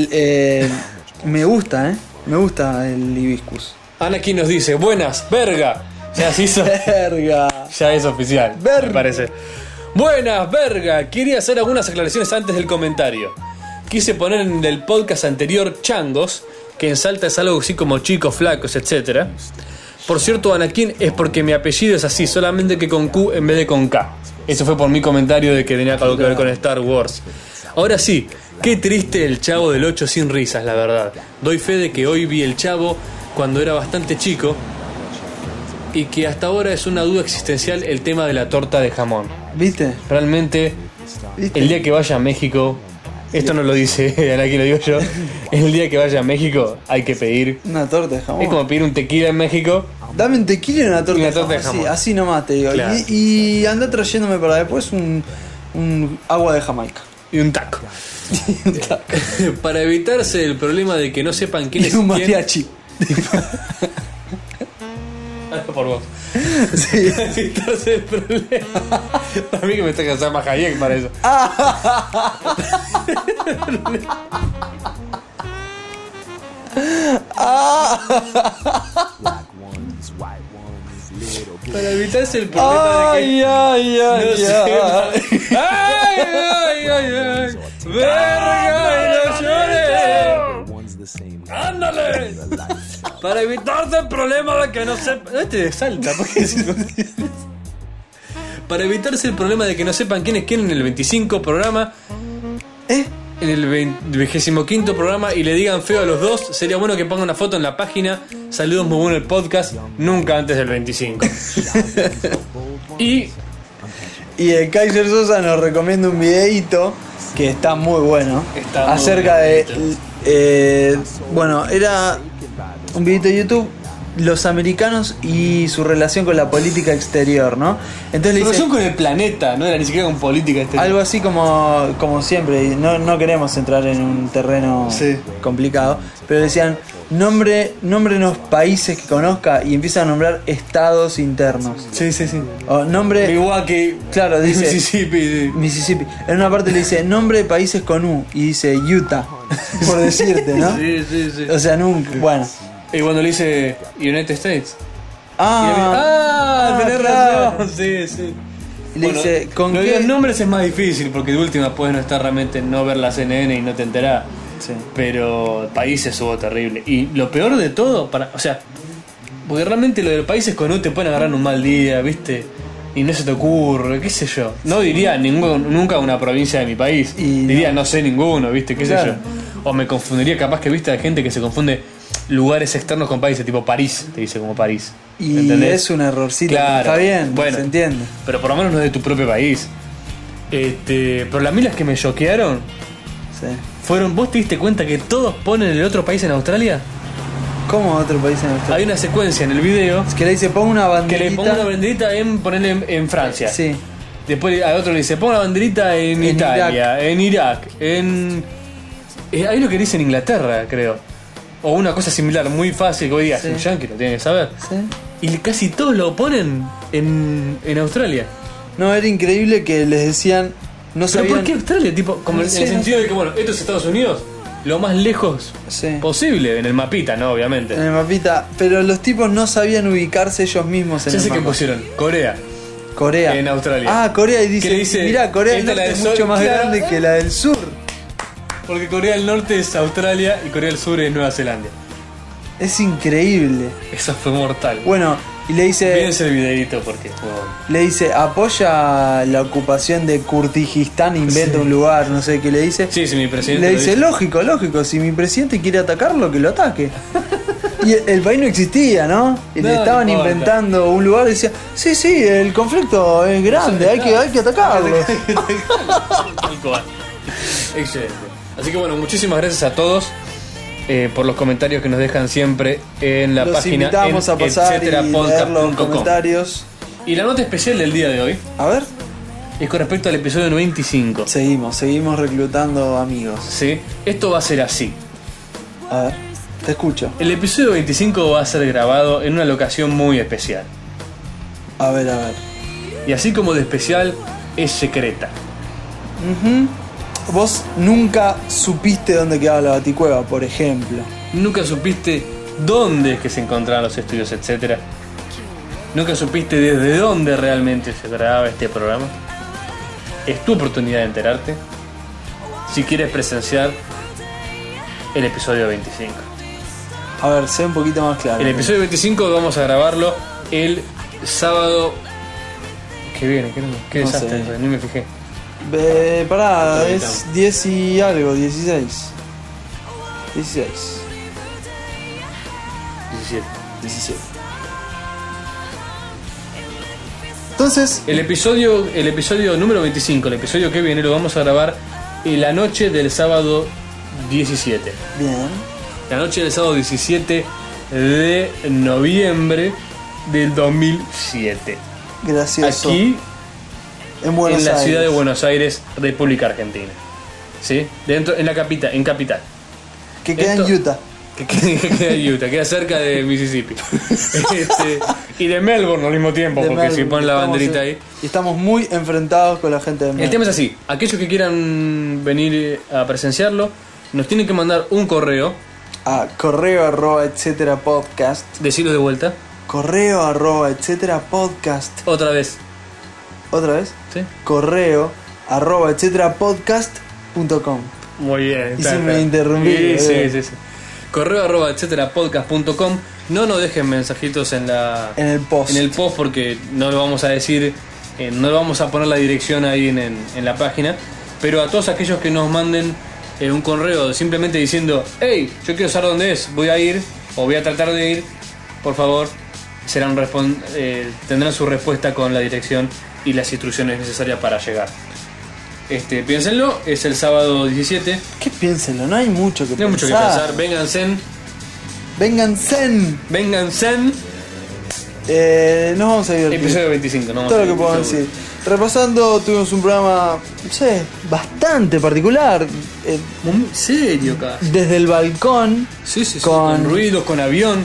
Me gusta, me gusta el hibiscus. Ana aquí nos dice, buenas, verga. Ya se hizo. Verga. Ya es oficial, Verga. me parece. Buenas, verga. Quería hacer algunas aclaraciones antes del comentario. Quise poner en el podcast anterior changos, que en Salta es algo así como chicos, flacos, etc. Por cierto, Anakin es porque mi apellido es así, solamente que con Q en vez de con K. Eso fue por mi comentario de que tenía algo que ver con Star Wars. Ahora sí, qué triste el Chavo del 8 sin risas, la verdad. Doy fe de que hoy vi el Chavo cuando era bastante chico y que hasta ahora es una duda existencial el tema de la torta de jamón. ¿Viste? Realmente, ¿Viste? el día que vaya a México, esto no lo dice Anakin, lo digo yo, el día que vaya a México hay que pedir. Una torta de jamón. Es como pedir un tequila en México. Dame un tequila y una torta, Una torta de jamón. jamón. Así nomás te digo. Claro. Y anda trayéndome para después un agua de Jamaica. Y un taco. Para evitarse el problema de que no sepan quién Y es un quién. mariachi. Por vos. Sí. Para evitarse el problema. Para mí que me está cansando más Hayek para eso. Para evitarse el problema de que Ay, ay, no ay, sepan. ay. ¡Ay! ¡Verga! ¡Y no llores! ¡Ándale! Para evitarse el problema de que no sepan. No te salta, ¿por qué? Para evitarse el problema de que no sepan quién es quién en el 25 programa. En el 25º programa y le digan feo a los dos, sería bueno que pongan una foto en la página. Saludos, muy bueno el podcast. Nunca antes del 25. Y el Kaiser Sosa nos recomienda un videíto que está muy bueno. Está muy acerca bonito. bueno, era un videíto de YouTube, los americanos y su relación con la política exterior, ¿no? Entonces le su dice relación con el planeta, no era ni siquiera con política exterior. algo así como siempre, y no queremos entrar en un terreno Sí. complicado, pero decían, nómbrenos países que conozca, y empiezan a nombrar estados internos. Sí, sí, sí. O nombre, Milwaukee. claro, dice Mississippi. Sí. Mississippi. En una parte le dice nombre de países con U y dice Utah, por decirte, ¿no? Sí, sí, sí. O sea, nunca. Bueno. Y cuando le dice United States. Ah, tenés claro. razón. Sí, sí. Y le dice, ¿con lo de qué? los nombres es más difícil porque de última puedes no estar realmente, no ver la CNN y no te enterás. Sí. Pero países hubo terrible. Y lo peor de todo, o sea, porque realmente lo de los países con U te pueden agarrar en un mal día, ¿viste? Y no se te ocurre, qué sé yo. No diría nunca una provincia de mi país. Y diría no sé ninguno, ¿viste? Qué Claro. sé yo. O me confundiría, capaz que viste hay gente que se confunde lugares externos con países, tipo París, te dice como París. Y ¿Entendés? es un errorcito. Claro. Está bien, Bueno. se entiende. Pero por lo menos no es de tu propio país. Pero las milas que me choquearon Sí. fueron, ¿vos te diste cuenta que todos ponen el otro país en Australia? ¿Cómo otro país en Australia? Hay una secuencia en el video Es que le dice, pon una que banderita. le pongo una banderita en ponerle en Francia. Sí. Después al otro le dice, pon una banderita en Italia, en Irak, en... hay uno que dice en Inglaterra, creo. O una cosa similar, muy fácil que hoy día Sí. un yankee lo tiene que saber. Sí. Y casi todos lo ponen en Australia. No, era increíble que les decían, no ¿Pero sabían. por qué Australia? Tipo, como No en sé, el no sentido sé. de que, bueno, esto es Estados Unidos, lo más lejos Sí. posible, en el mapita, ¿no? Obviamente. En el mapita, pero los tipos no sabían ubicarse ellos mismos en Ya el sé que mapa. pusieron Corea. Corea. en Australia. Ah, Corea, y Que dice, le dice, mirá, Corea del esta es la Norte del es sur, mucho más claro. grande que la del sur. Porque Corea del Norte es Australia y Corea del Sur es Nueva Zelanda. Es increíble. Eso fue mortal. Bueno, y le dice, Mírense el videito porque fue... le dice, apoya la ocupación de Kirguistán, inventa un lugar, no sé qué le dice. Sí, sí, mi presidente Le lo dice, dice. lógico, si mi presidente quiere atacarlo, que lo ataque. Y el país no existía, ¿no? Y le No, estaban no importa. inventando un lugar y decía, sí, el conflicto es grande, hay que atacarlo. Tal cual. Excelente. Así que bueno, muchísimas gracias a todos por los comentarios que nos dejan siempre en la Los página invitamos a pasar y leer los etcéterapodcast.com. comentarios. Y la nota especial del día de hoy A ver, es con respecto al episodio 95. seguimos reclutando amigos. ¿Sí? Esto va a ser así. A ver, te escucho. El episodio 25 va a ser grabado en una locación muy especial. A ver. Y así como de especial, es secreta. Vos nunca supiste dónde quedaba la Baticueva, por ejemplo. Nunca supiste dónde es que se encontraban los estudios, etcétera. Nunca supiste desde dónde realmente se grababa este programa. Es tu oportunidad de enterarte si quieres presenciar el episodio 25. A ver, sé un poquito más claro. El episodio 25 vamos a grabarlo el sábado que viene. ¿Qué No desastre? sé. Ni me fijé. Pará, Ahí es estamos. 10 y algo, 16. 16. 17. 17. Entonces, El episodio número 25, el episodio que viene, lo vamos a grabar en la noche del sábado 17. bien. La noche del sábado 17 de noviembre del 2007. Gracioso. Aquí, en Buenos en la Aires. ciudad de Buenos Aires, República Argentina. ¿sí? Dentro, en la capital, en capital. Que queda Esto- en Utah. Que queda en Utah, queda cerca de Mississippi. Y de Melbourne al mismo tiempo, De porque si Melbourne. ponen la Estamos banderita en- ahí. Y estamos muy enfrentados con la gente de El Melbourne. tema es así, aquellos que quieran venir a presenciarlo, nos tienen que mandar un correo, A correo @ etcétera podcast. decirlo de vuelta, Correo @ etcétera podcast. otra vez, ¿Otra vez? ¿sí? Correo @ etcétera podcast.com. Muy bien. Y si me interrumpí, Sí, boludo. sí. Correo @ etcétera podcast.com. No nos dejen mensajitos en En el post. porque no lo vamos a decir, no lo vamos a poner la dirección ahí en la página. Pero a todos aquellos que nos manden un correo simplemente diciendo, hey, yo quiero saber dónde es, voy a ir o voy a tratar de ir, por favor, tendrán su respuesta con la dirección y las instrucciones necesarias para llegar. Piénsenlo, es el sábado 17. ¿Qué piénsenlo? No hay mucho que No hay mucho que pensar, vénganse. Nos vamos a divertir. Episodio 25, ¿no? Todo lo que podemos decir. Repasando, tuvimos un programa, no sé, bastante particular. Muy serio acá. Desde el balcón, Sí, sí, sí. Con- Con ruidos, con avión.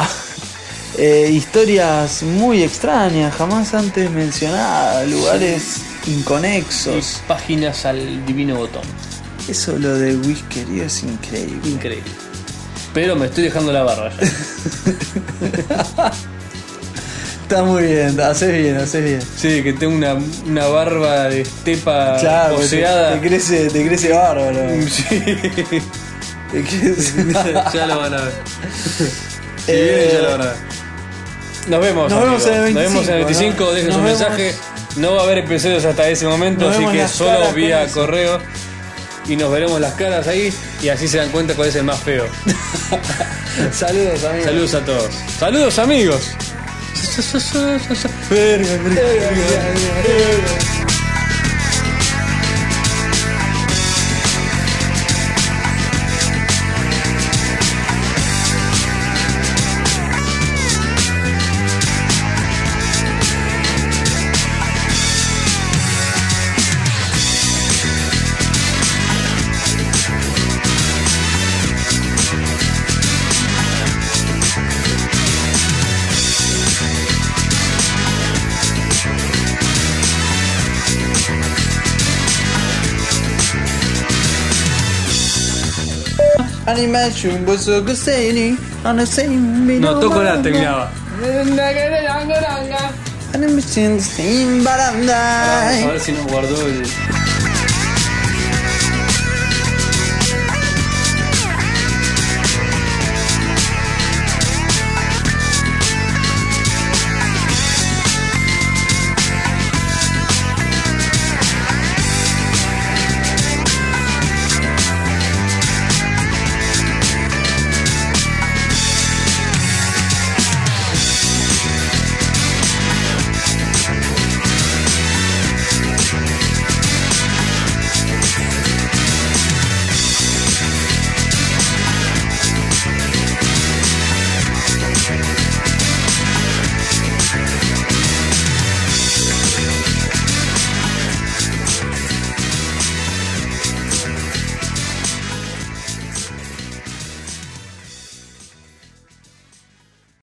historias muy extrañas, jamás antes mencionadas, lugares Y inconexos. páginas al divino botón. Eso lo de Whiskerío es increíble. Increíble. Pero me estoy dejando la barba ya. Está muy bien, haces bien. Sí, que tengo una barba de estepa Claro, poseada. te crece bárbaro. Sí. Te crece- Ya lo van a ver. Si viene, ya lo van a ver. Nos vemos. Nos vemos amigos. en el Nos vemos en el 25. ¿no? Dejen Nos su vemos. mensaje. No va a haber episodios hasta ese momento, Nos así vemos que las solo caras vía con eso. correo. Y nos veremos las caras ahí. Y así se dan cuenta cuál es el más feo. Saludos, amigos. Saludos a todos. Saludos, amigos. Animation was so good saying on the same No, toco la terminaba. Animation same baranda. A ver si nos guardó el.